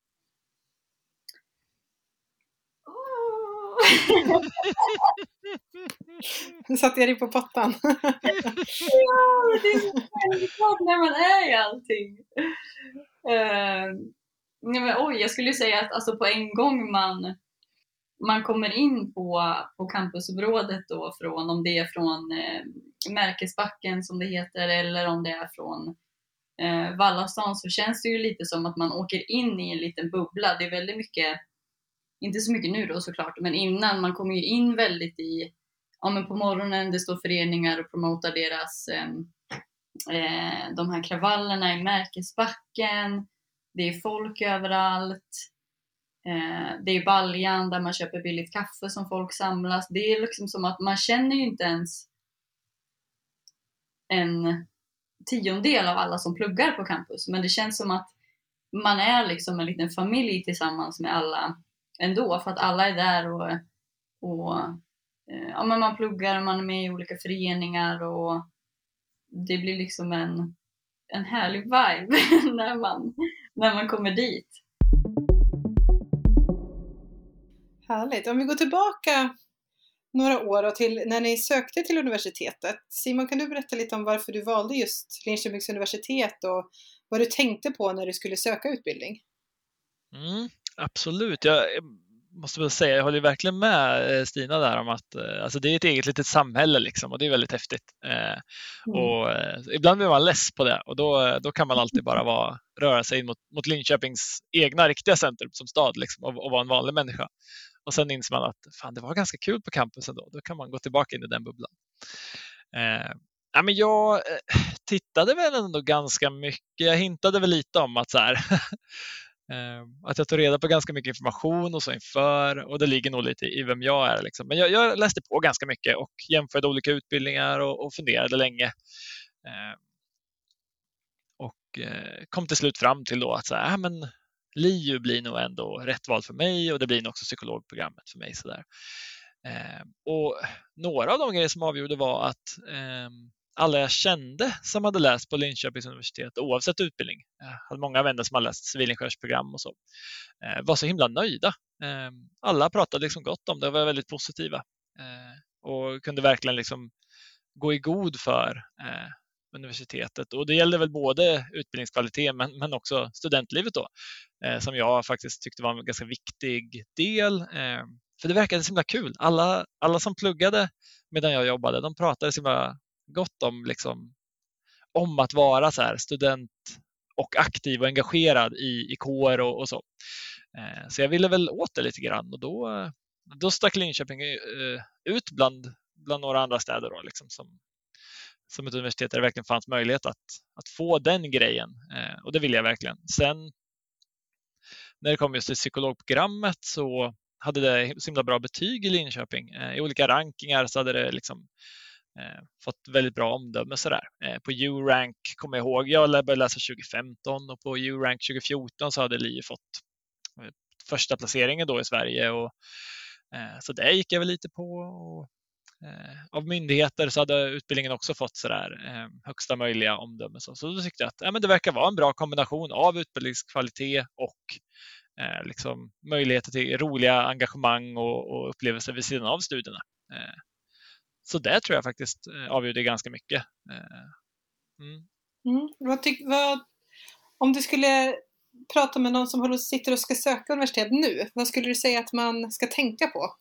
Nu satte jag dig på pottan. Ja, det är väldigt klart när man är i allting. Jag skulle säga att alltså på en gång man kommer in på campusområdet då, om det är från Märkesbacken som det heter, eller om det är från Vallastan, så känns det ju lite som att man åker in i en liten bubbla. Det är väldigt mycket, inte så mycket nu då såklart, men innan, man kommer ju in väldigt i, ja men på morgonen det står föreningar och promotar deras de här kravallerna i Märkesbacken, det är folk överallt, det är Baljan där man köper billigt kaffe som folk samlas. Det är liksom som att man känner ju inte ens en tiondel av alla som pluggar på campus, men det känns som att man är liksom en liten familj tillsammans med alla ändå, för att alla är där och ja, men man pluggar och man är med i olika föreningar, och det blir liksom en härlig vibe när man kommer dit. Härligt. Om vi går tillbaka några år och till när ni sökte till universitetet. Simon, kan du berätta lite om varför du valde just Linköpings universitet och vad du tänkte på när du skulle söka utbildning? Absolut. Jag måste väl säga, jag håller verkligen med Stina där om att alltså det är ett eget litet samhälle liksom, och det är väldigt häftigt. Och ibland blir man less på det, och då kan man alltid bara röra sig mot Linköpings egna riktiga centrum som stad liksom, och vara en vanlig människa. Och sen inser man att fan, det var ganska kul på campusen då kan man gå tillbaka in i den bubblan. Ja, men jag tittade väl ändå ganska mycket. Jag hintade väl lite om att så här att jag tog reda på ganska mycket information och så inför, och det ligger nog lite i vem jag är liksom. Men jag läste på ganska mycket och jämförde olika utbildningar och funderade länge. Och kom till slut fram till då att så här, men LiU blir nog ändå rätt val för mig, och det blir nog också psykologprogrammet för mig. Så där. Och några av de grejer som avgjorde var att alla jag kände som hade läst på Linköpings universitet, oavsett utbildning, hade många vänner som hade läst civilingenjörsprogram och så, var så himla nöjda. Alla pratade liksom gott om det och var väldigt positiva, och kunde verkligen liksom gå i god för universitetet. Och det gällde väl både utbildningskvalitet men också studentlivet då, som jag faktiskt tyckte var en ganska viktig del. För det verkade så himla kul. Alla som pluggade medan jag jobbade, de pratade så himla gott om, liksom, om att vara så här student och aktiv och engagerad i kår och så. Så jag ville väl åt det lite grann, och då stack Linköping ut bland några andra städer då, liksom, som ett universitet där det verkligen fanns möjlighet att få den grejen. Och det ville jag verkligen. Sen när det kom just till psykologprogrammet så hade det så himla bra betyg i Linköping. I olika rankingar så hade det liksom fått väldigt bra omdöme sådär. På U-rank kommer jag ihåg, jag började läsa 2015, och på U-rank 2014 så hade LiU fått första placeringen då i Sverige, och så det gick jag väl lite på. Och av myndigheter så hade utbildningen också fått sådär högsta möjliga omdöme. Så då tyckte jag att men det verkar vara en bra kombination av utbildningskvalitet och liksom möjligheter till roliga engagemang och upplevelser vid sidan av studierna. Så det tror jag faktiskt avgjorde ganska mycket. Om du skulle prata med någon som sitter och ska söka universitet nu, vad skulle du säga att man ska tänka på?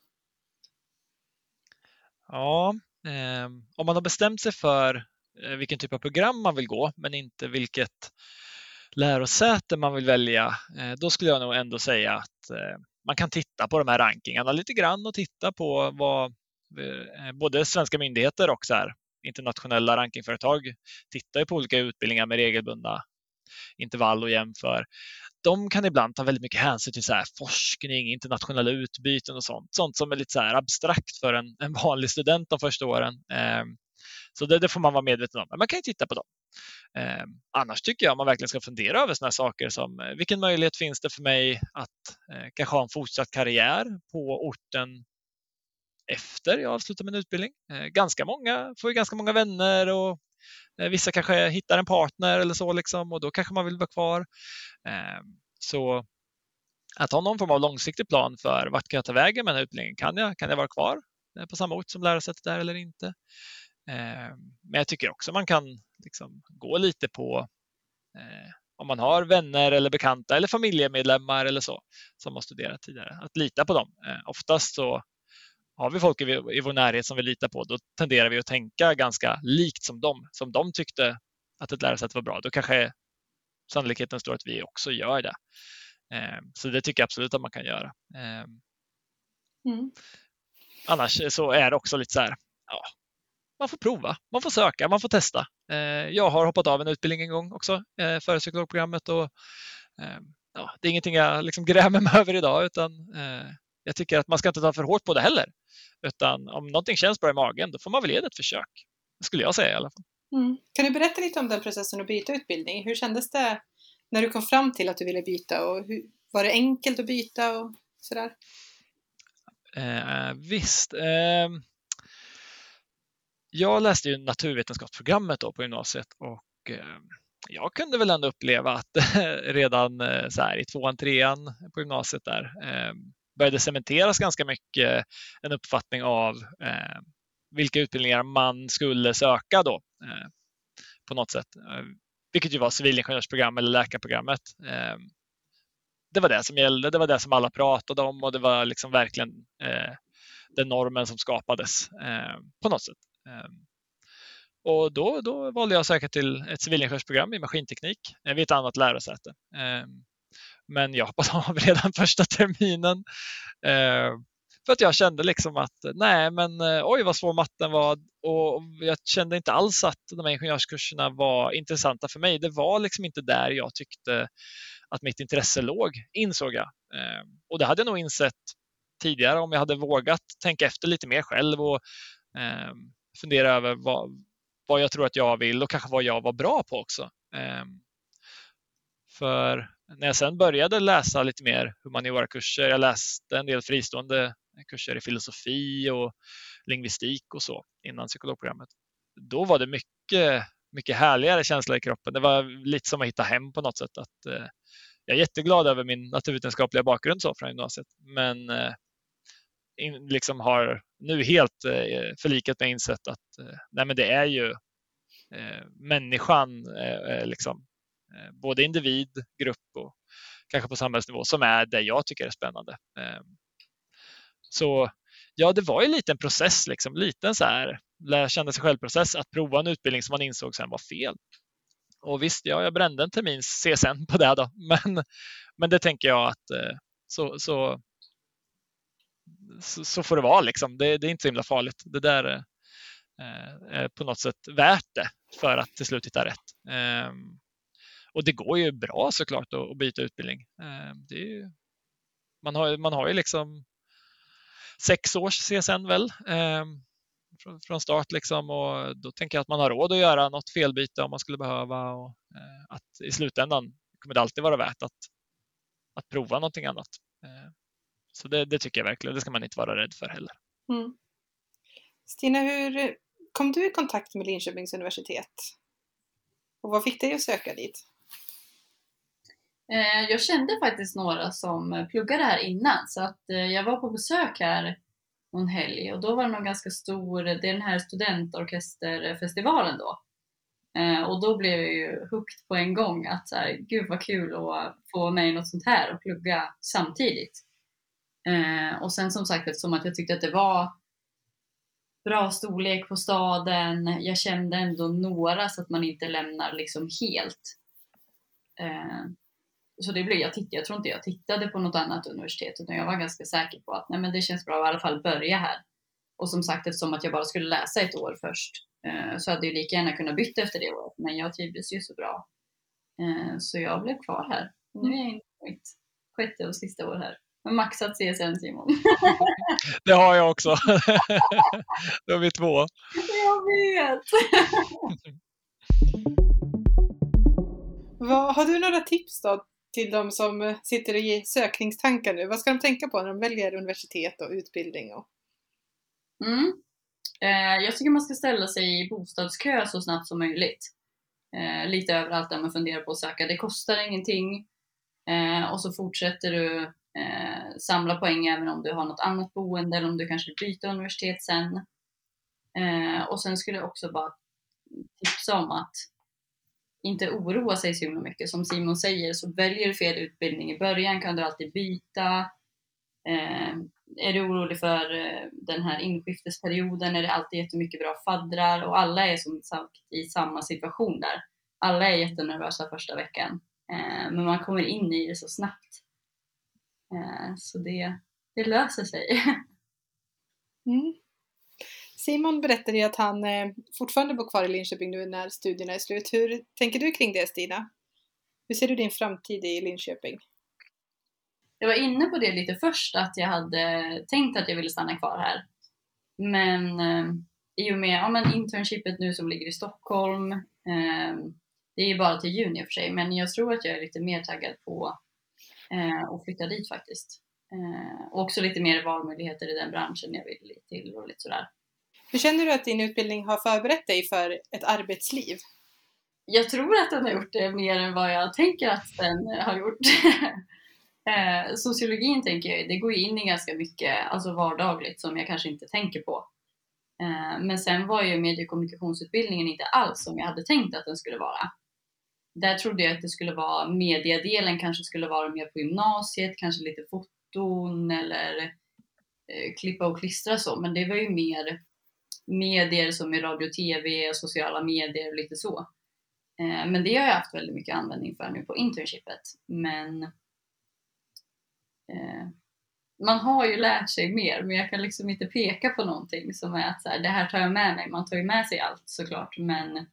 Ja, om man har bestämt sig för vilken typ av program man vill gå, men inte vilket lärosäte man vill välja, då skulle jag nog ändå säga att man kan titta på de här rankingarna lite grann och titta på vad både svenska myndigheter och så här internationella rankingföretag tittar på olika utbildningar med regelbundna intervall och jämför. De kan ibland ta väldigt mycket hänsyn till så här forskning, internationella utbyten och sånt som är lite så här abstrakt för en vanlig student de första åren. Så det får man vara medveten om. Men man kan ju titta på dem. Annars tycker jag man verkligen ska fundera över såna här saker som vilken möjlighet finns det för mig att kanske ha en fortsatt karriär på orten efter jag avslutar min utbildning. Ganska många vänner, och vissa kanske hittar en partner eller så liksom, och då kanske man vill vara kvar. Så att ha någon form av långsiktig plan för vart kan jag ta vägen med den här utbildningen. Kan jag vara kvar på samma ort som lärosätet där eller inte? Men jag tycker också man kan liksom gå lite på om man har vänner eller bekanta eller familjemedlemmar eller så som har studerat tidigare, att lita på dem. Oftast så har vi folk i vår närhet som vi litar på, då tenderar vi att tänka ganska likt som de tyckte att ett lärosätt var bra. Då kanske sannolikheten står att vi också gör det. Så det tycker jag absolut att man kan göra. Annars så är det också lite så här, ja, man får prova, man får söka, man får testa. Jag har hoppat av en utbildning en gång också för psykologprogrammet och ja, det är ingenting jag liksom grämer mig över idag, utan jag tycker att man ska inte ta för hårt på det heller. Utan om någonting känns bra i magen, då får man väl ge det ett försök. Det skulle jag säga i alla fall. Kan du berätta lite om den processen att byta utbildning? Hur kändes det när du kom fram till att du ville byta? Och var det enkelt att byta och sådär? Visst. Jag läste ju naturvetenskapsprogrammet då på gymnasiet och jag kunde väl ändå uppleva att redan så här, i 2:an, 3:an på gymnasiet där började cementeras ganska mycket en uppfattning av vilka utbildningar man skulle söka då på något sätt. Vilket ju var civilingenjörsprogram eller läkarprogrammet. Det var det som gällde, det var det som alla pratade om och det var liksom verkligen den normen som skapades på något sätt. Och då valde jag att söka till ett civilingenjörsprogram i maskinteknik vid ett annat lärosäte. Men jag hoppade av redan första terminen för att jag kände liksom att nej, men oj vad svår matten var, och jag kände inte alls att de här ingenjörskurserna var intressanta för mig. Det var liksom inte där jag tyckte att mitt intresse låg, insåg jag. Och det hade jag nog insett tidigare om jag hade vågat tänka efter lite mer själv och fundera över vad jag tror att jag vill och kanske vad jag var bra på också. För när jag sen började läsa lite mer humaniora-kurser, jag läste en del fristående kurser i filosofi och lingvistik och så innan psykologprogrammet. Då var det mycket härligare känsla i kroppen. Det var lite som att hitta hem på något sätt. Att, jag är jätteglad över min naturvetenskapliga bakgrund så från gymnasiet, men liksom har nu helt förlikat med insett att nej, men det är ju människan liksom, både individ, grupp och kanske på samhällsnivå som är det jag tycker är spännande. Så ja, det var ju lite en process, liksom, lite så här lära känna sig själv-process att prova en utbildning som man insåg sen var fel. Och visst, ja, jag brände en termins CSN på det då, men det tänker jag att så får det vara liksom. Det är inte så himla farligt. Det där är på något sätt värt det för att till slut hitta rätt. Och det går ju bra såklart att byta utbildning. Det är ju, man har ju liksom 6 års CSN väl från start liksom, och då tänker jag att man har råd att göra något felbyte om man skulle behöva, och att i slutändan kommer det alltid vara värt att prova någonting annat. Så det tycker jag verkligen, det ska man inte vara rädd för heller. Stina, hur kom du i kontakt med Linköpings universitet? Och vad fick dig att söka dit? Jag kände faktiskt några som pluggade här innan, så att jag var på besök här någon helg, och då var det någon ganska stor, det är den här studentorkesterfestivalen då. Och då blev jag ju hooked på en gång att så här, gud vad kul att få med något sånt här och plugga samtidigt. Och sen som sagt, eftersom att jag tyckte att det var bra storlek på staden, jag kände ändå några så att man inte lämnar liksom helt. Så det blev jag tror inte jag tittade på något annat universitet, utan jag var ganska säker på att nej, men det känns bra att i alla fall börja här. Och som sagt, eftersom att jag bara skulle läsa ett år först, så hade jag lika gärna kunnat byta efter det året, men jag trivdes ju så bra. Så jag blev kvar här. Nu är jag inne på mitt 6:e och sista år här. Men maxat CSN, Simon. Det har jag också. Då är vi 2. Jag vet. Har du några tips då till de som sitter i sökningstankar nu? Vad ska de tänka på när de väljer universitet och utbildning? Jag tycker man ska ställa sig i bostadskö så snabbt som möjligt. Lite överallt där man funderar på att söka. Det kostar ingenting. Och så fortsätter du samla poäng även om du har något annat boende eller om du kanske byter universitet sen. Och sen skulle jag också bara tipsa om att inte oroa sig så himla mycket. Som Simon säger, så väljer du fel utbildning i början kan du alltid byta. Är du orolig för den här inskiftesperioden är det alltid jättemycket bra faddrar och alla är som sagt i samma situation där. Alla är jättenervösa första veckan, men man kommer in i det så snabbt. Så det löser sig. Mm. Simon berättade ju att han fortfarande bor kvar i Linköping nu när studierna är slut. Hur tänker du kring det, Stina? Hur ser du din framtid i Linköping? Jag var inne på det lite först, att jag hade tänkt att jag ville stanna kvar här. Men i och med internshipet nu som ligger i Stockholm, det är ju bara till juni i och för sig, men jag tror att jag är lite mer taggad på att flytta dit faktiskt. Och också lite mer valmöjligheter i den branschen jag vill till och lite sådär. Hur känner du att din utbildning har förberett dig för ett arbetsliv? Jag tror att den har gjort det mer än vad jag tänker att den har gjort. Sociologin tänker jag, det går ju in i ganska mycket alltså vardagligt som jag kanske inte tänker på. Men sen var ju mediekommunikationsutbildningen inte alls som jag hade tänkt att den skulle vara. Där trodde jag att det skulle vara mediedelen, kanske skulle vara mer på gymnasiet, kanske lite foton eller klippa och klistra så. Men det var ju mer medier som i radio, tv och sociala medier och lite så. Men det har jag haft väldigt mycket användning för nu på internshipet. Men man har ju lärt sig mer, men jag kan liksom inte peka på någonting som är att så här, det här tar jag med mig. Man tar ju med sig allt såklart, men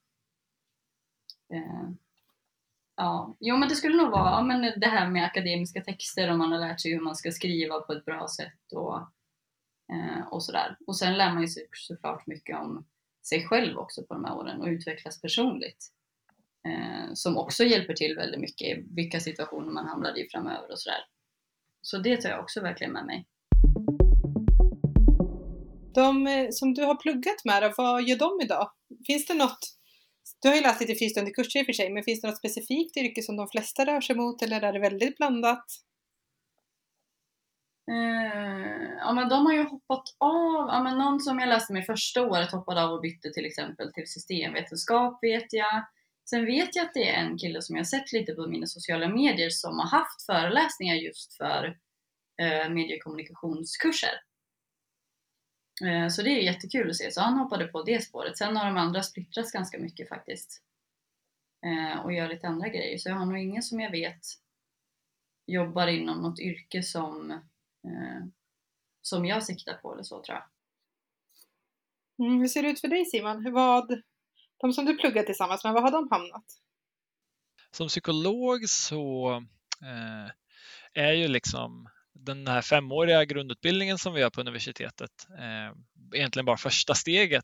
men det skulle nog vara men det här med akademiska texter, om man har lärt sig hur man ska skriva på ett bra sätt och sådär. Och sen lär man ju sig såklart mycket om sig själv också på de här åren och utvecklas personligt. Som också hjälper till väldigt mycket i vilka situationer man hamnar i framöver och sådär. Så det tar jag också verkligen med mig. De som du har pluggat med, vad gör de idag? Finns det något, du har ju läst lite fristående kurser i och för sig, men finns det något specifikt yrke som de flesta rör sig mot, eller är det väldigt blandat? Men de har ju hoppat av. Men någon som jag läste med första året hoppade av och bytte till exempel till systemvetenskap, vet jag. Sen vet jag att det är en kille som jag sett lite på mina sociala medier som har haft föreläsningar just för mediekommunikationskurser. Så det är jättekul att se. Så han hoppade på det spåret. Sen har de andra splittrats ganska mycket faktiskt. Och gör lite andra grejer. Så jag har nog ingen som jag vet jobbar inom något yrke som jag siktar på eller så, tror jag. Hur ser det ut för dig, Simon? De som du pluggar tillsammans med, vad har de hamnat? Som psykolog så är ju liksom den här 5-åriga grundutbildningen som vi har på universitetet egentligen bara första steget.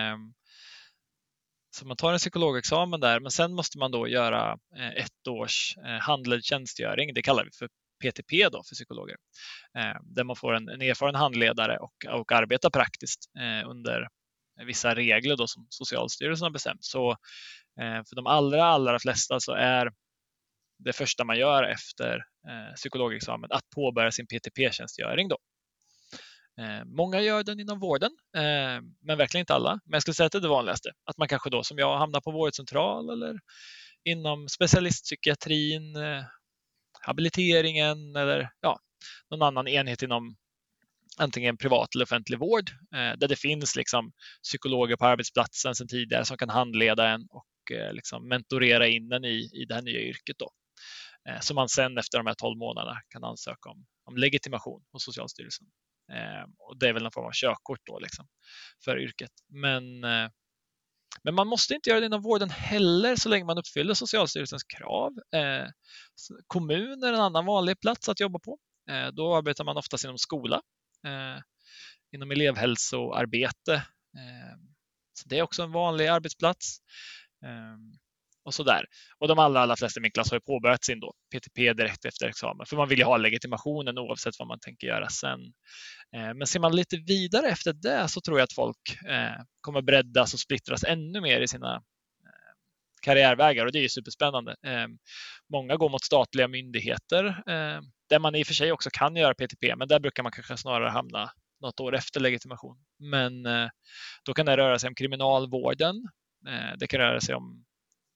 Så man tar en psykologexamen där, men sen måste man då göra 1 års handledd tjänstgöring. Det kallar vi för PTP då för psykologer. Där man får en erfaren handledare och arbetar praktiskt under vissa regler då som Socialstyrelsen har bestämt. Så för de allra flesta så är det första man gör efter psykologexamen att påbörja sin PTP-tjänstgöring då. Många gör den inom vården, men verkligen inte alla. Men jag skulle säga att det är det vanligaste. Att man kanske då som jag hamnar på vårdcentral eller inom specialistpsykiatrin, habiliteringen eller någon annan enhet inom antingen privat eller offentlig vård, där det finns liksom psykologer på arbetsplatsen sedan tidigare som kan handleda en och liksom mentorera in en i det här nya yrket då. Så man sen efter de här 12 månaderna kan ansöka om legitimation hos Socialstyrelsen. Och det är väl en form av körkort då liksom för yrket. Men man måste inte göra det inom vården heller så länge man uppfyller Socialstyrelsens krav. Kommun är en annan vanlig plats att jobba på. Då arbetar man oftast inom skola, inom elevhälsoarbete. Så det är också en vanlig arbetsplats. Och sådär. Och de allra flesta i min klass har ju påbörjat sin då PTP direkt efter examen. För man vill ju ha legitimationen oavsett vad man tänker göra sen. Men ser man lite vidare efter det så tror jag att folk kommer breddas och splittras ännu mer i sina karriärvägar. Och det är ju superspännande. Många går mot statliga myndigheter där man i och för sig också kan göra PTP. Men där brukar man kanske snarare hamna något år efter legitimation. Men då kan det röra sig om kriminalvården. Det kan röra sig om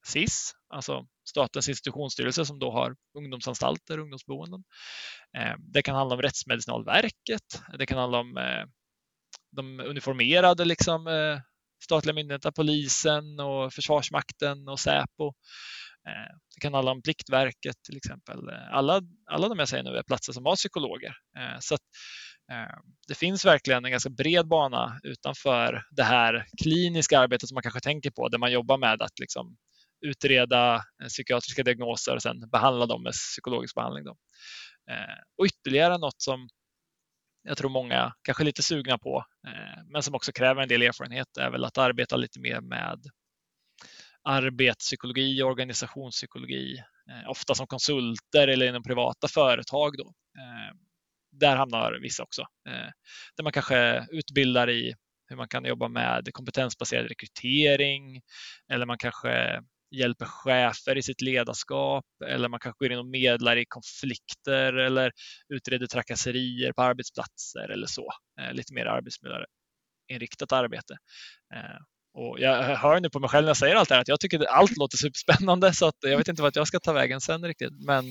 SIS, alltså Statens institutionsstyrelse som då har ungdomsanstalter, ungdomsboenden. Det kan handla om Rättsmedicinalverket, det kan handla om de uniformerade liksom, statliga myndigheterna, polisen och Försvarsmakten och Säpo. Det kan handla om Pliktverket till exempel. Alla de jag säger nu är platser som har psykologer. Så att, det finns verkligen en ganska bred bana utanför det här kliniska arbetet som man kanske tänker på, där man jobbar med att liksom utreda psykiatriska diagnoser och sen behandla dem med psykologisk behandling. Då. Och ytterligare något som jag tror många kanske är lite sugna på, men som också kräver en del erfarenhet, är väl att arbeta lite mer med arbetspsykologi, organisationspsykologi, ofta som konsulter eller inom privata företag. Då. Där hamnar vissa också, där man kanske utbildar i hur man kan jobba med kompetensbaserad rekrytering, eller man kanske hjälper chefer i sitt ledarskap, eller man kanske går in och medlar i konflikter eller utreder trakasserier på arbetsplatser eller så. Lite mer arbetsmiljöinriktat arbete. Och jag hör nu på mig själv när jag säger allt det här att jag tycker att allt låter superspännande, så att jag vet inte vart jag ska ta vägen sen riktigt.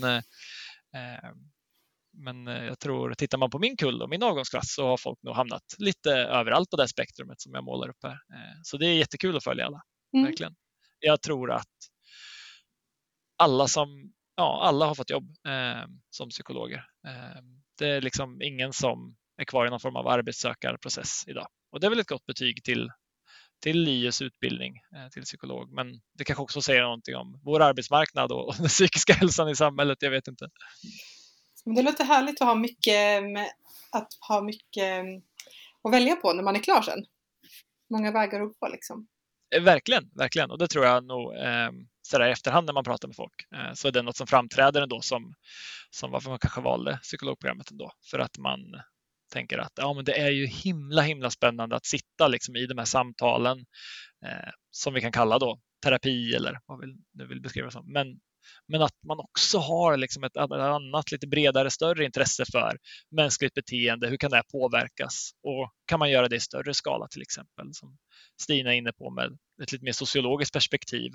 Men jag tror, tittar man på min kull och min avgångsklass, så har folk nog hamnat lite överallt på det spektrumet som jag målar upp här. Så det är jättekul att följa alla, verkligen. Jag tror att alla har fått jobb som psykologer. Det är liksom ingen som är kvar i någon form av arbetssökarprocess idag. Och det är väl ett gott betyg till LIUs utbildning till psykolog. Men det kanske också säger någonting om vår arbetsmarknad och den psykiska hälsan i samhället. Jag vet inte. Men det låter härligt att ha mycket att välja på när man är klar sen. Många vägar att gå liksom. Verkligen, verkligen. Och det tror jag nog sådär i efterhand när man pratar med folk. Så är det något som framträder ändå som varför man kanske valde psykologprogrammet ändå. För att man tänker att men det är ju himla spännande att sitta liksom i de här samtalen som vi kan kalla då terapi eller vad vi nu vill beskriva som. Men att man också har liksom ett annat lite bredare, större intresse för mänskligt beteende. Hur kan det påverkas? Och kan man göra det i större skala till exempel? Som Stina är inne på med ett lite mer sociologiskt perspektiv.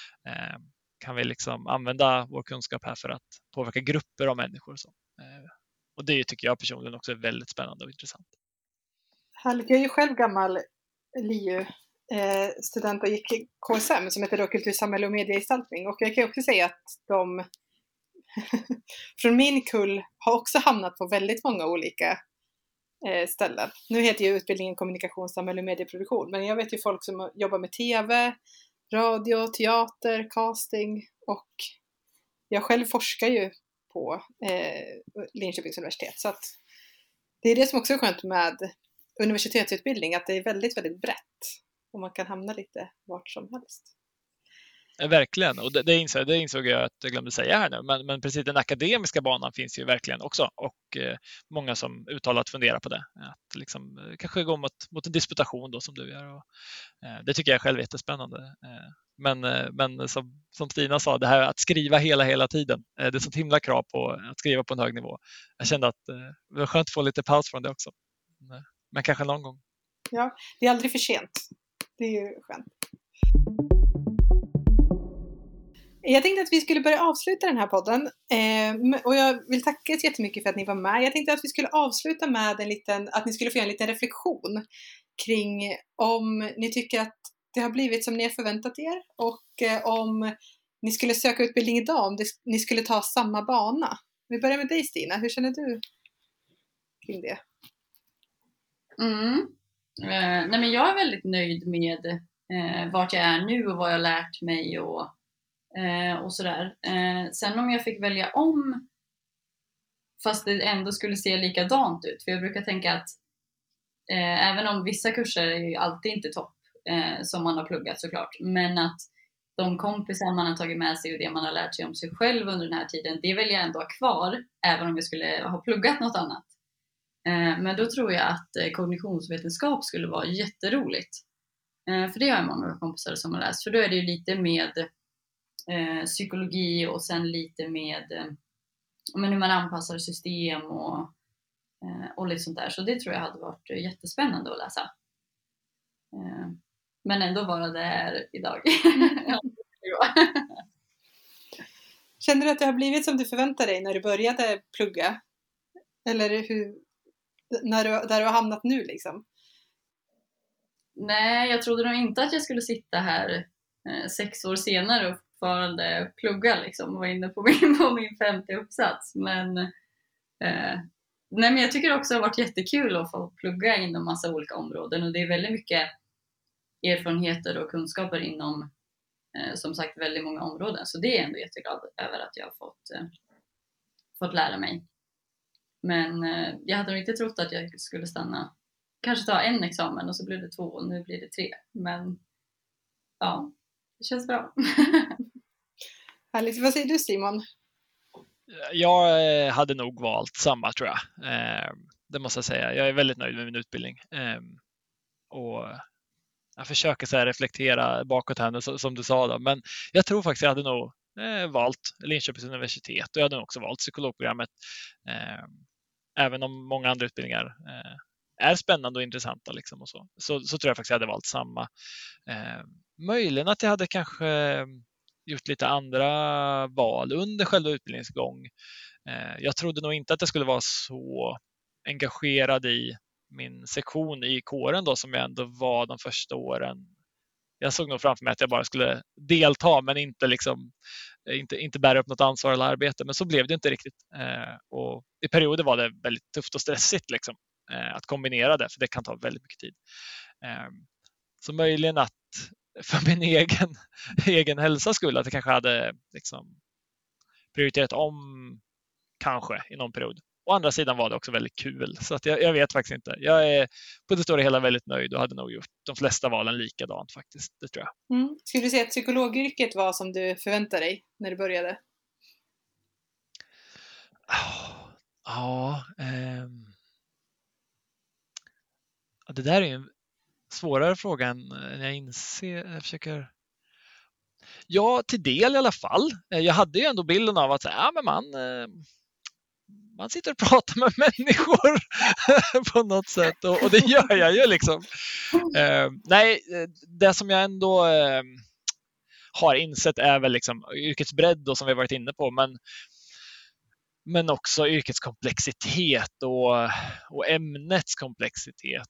Kan vi liksom använda vår kunskap här för att påverka grupper av människor? Och det tycker jag personligen också är väldigt spännande och intressant. Jag är ju själv gammal LIU student och gick KSM som heter då Kultur, samhälle och mediegestaltning, och jag kan också säga att de från min kull har också hamnat på väldigt många olika ställen. Nu heter ju utbildningen kommunikation, samhälle och medieproduktion, men jag vet ju folk som jobbar med tv, radio, teater, casting, och jag själv forskar ju på Linköpings universitet, så att det är det som också är skönt med universitetsutbildning, att det är väldigt, väldigt brett. Och man kan hamna lite vart som helst. Verkligen, och det insåg jag att jag glömde säga här nu. Men precis den akademiska banan finns ju verkligen också. Och många som uttalat funderar på det. Att liksom, kanske gå mot en disputation då som du gör. Och, det tycker jag själv är jättespännande. Men som Stina sa, det här att skriva hela tiden. Det är så himla krav på att skriva på en hög nivå. Jag kände att det var skönt att få lite paus från det också. Men kanske någon gång. Ja, det är aldrig för sent. Det är ju skönt. Jag tänkte att vi skulle börja avsluta den här podden. Och jag vill tacka så jättemycket för att ni var med. Jag tänkte att vi skulle avsluta med att ni skulle få göra en liten reflektion kring om ni tycker att det har blivit som ni har förväntat er. Och om ni skulle söka utbildning idag, om ni skulle ta samma bana. Vi börjar med dig, Stina. Hur känner du kring det? Nej, men jag är väldigt nöjd med vart jag är nu och vad jag har lärt mig och sådär. Sen om jag fick välja om fast det ändå skulle se likadant ut, för jag brukar tänka att även om vissa kurser är ju alltid inte topp som man har pluggat såklart, men att de kompisar man har tagit med sig och det man har lärt sig om sig själv under den här tiden, det vill jag ändå ha kvar även om jag skulle ha pluggat något annat. Men då tror jag att kognitionsvetenskap skulle vara jätteroligt. För det har jag många kompisar som har läst. För då är det ju lite med psykologi och sen lite med hur man anpassar system och lite sånt där. Så det tror jag hade varit jättespännande att läsa. Men ändå vara där idag. Känner du att det har blivit som du förväntade dig när du började plugga? Eller där du har hamnat nu liksom? Nej, jag trodde nog inte att jag skulle sitta här 6 år senare och fortfarande plugga liksom, och vara inne på min 5:e uppsats. Men jag tycker också det har varit jättekul att få plugga inom massa olika områden, och det är väldigt mycket erfarenheter och kunskaper inom som sagt väldigt många områden, så det är jag ändå jätteglad över att jag har fått lära mig. Men jag hade nog inte trott att jag skulle stanna, kanske ta en examen och så blev det 2 och nu blir det 3, men ja, det känns bra. Härligt. Vad säger du, Simon? Jag hade nog valt samma, tror jag. Det måste jag säga. Jag är väldigt nöjd med min utbildning. Och jag försöker så här reflektera bakåt här, som du sa då. Men jag tror faktiskt jag hade nog valt Linköpings universitet, och jag hade nog också valt psykologprogrammet. Även om många andra utbildningar är spännande och intressanta liksom, och så tror jag faktiskt jag hade valt samma. Möjligen att jag hade kanske gjort lite andra val under själva utbildningsgång. Jag trodde nog inte att jag skulle vara så engagerad i min sektion i kåren då, som jag ändå var de första åren. Jag såg nog framför mig att jag bara skulle delta, men inte bära upp något ansvar eller arbete. Men så blev det inte riktigt. Och i perioder var det väldigt tufft och stressigt liksom, att kombinera det, för det kan ta väldigt mycket tid. Så möjligen att för min egen hälsa skulle att jag kanske hade liksom prioriterat om kanske i någon period. Å andra sidan var det också väldigt kul, så att jag vet faktiskt inte. Jag är på det stora hela väldigt nöjd och hade nog gjort de flesta valen likadant faktiskt, det tror jag. Skulle du säga att psykologyrket var som du förväntade dig när du började? Ja, det där är ju en svårare fråga än jag inser. Jag försöker... Ja, till del i alla fall. Jag hade ju ändå bilden av att men man sitter och pratar med människor på något sätt, och det gör jag ju liksom. Nej, det som jag ändå har insett är väl liksom yrkets bredd då, som vi har varit inne på, men också yrkets komplexitet och ämnets komplexitet.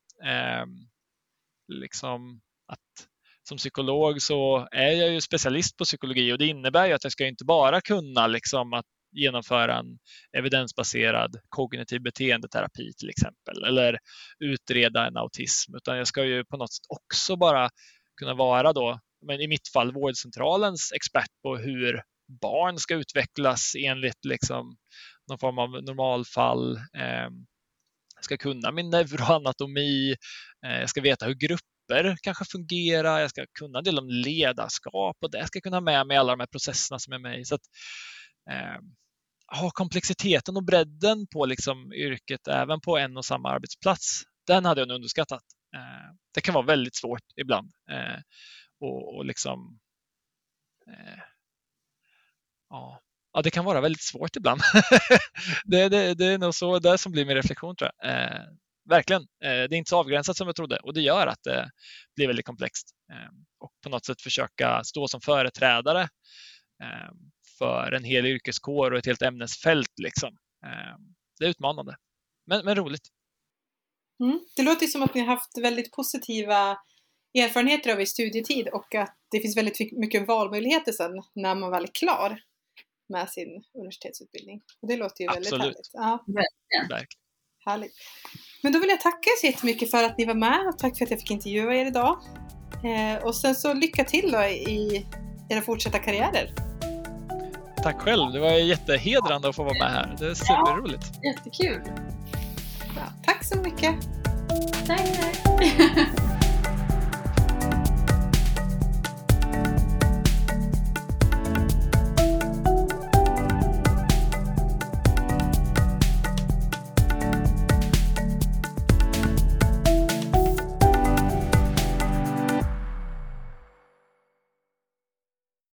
Liksom att som psykolog så är jag ju specialist på psykologi, och det innebär ju att jag ska inte bara kunna liksom att genomföra en evidensbaserad kognitiv beteendeterapi till exempel, eller utreda en autism, utan jag ska ju på något sätt också bara kunna vara då, men i mitt fall vårdcentralens expert på hur barn ska utvecklas enligt liksom någon form av normalfall. Jag ska kunna min neuroanatomi, jag ska veta hur grupper kanske fungerar, jag ska kunna en del om ledarskap, och det ska jag kunna ha med mig alla de här processerna som är med i. Så att komplexiteten och bredden på liksom yrket även på en och samma arbetsplats, den hade jag underskattat. Det kan vara väldigt svårt ibland, och liksom ja, det kan vara väldigt svårt ibland. det är nog så det som blir min reflektion, tror jag. Verkligen. Det är inte så avgränsat som jag trodde, och det gör att det blir väldigt komplext. Och på något sätt försöka stå som företrädare för en hel yrkeskår och ett helt ämnesfält liksom. Det är utmanande, men roligt. Det låter som att ni har haft väldigt positiva erfarenheter av er studietid, och att det finns väldigt mycket valmöjligheter sen när man väl är klar med sin universitetsutbildning. Och det låter ju väldigt härligt. Ja, verkligen. Härligt. Men då vill jag tacka så jättemycket för att ni var med, och tack för att jag fick intervjua er idag. Och sen så lycka till då i era fortsatta karriärer. Tack själv, det var jättehedrande att få vara med här. Det är superroligt. Jättekul. Ja, tack så mycket. Tack.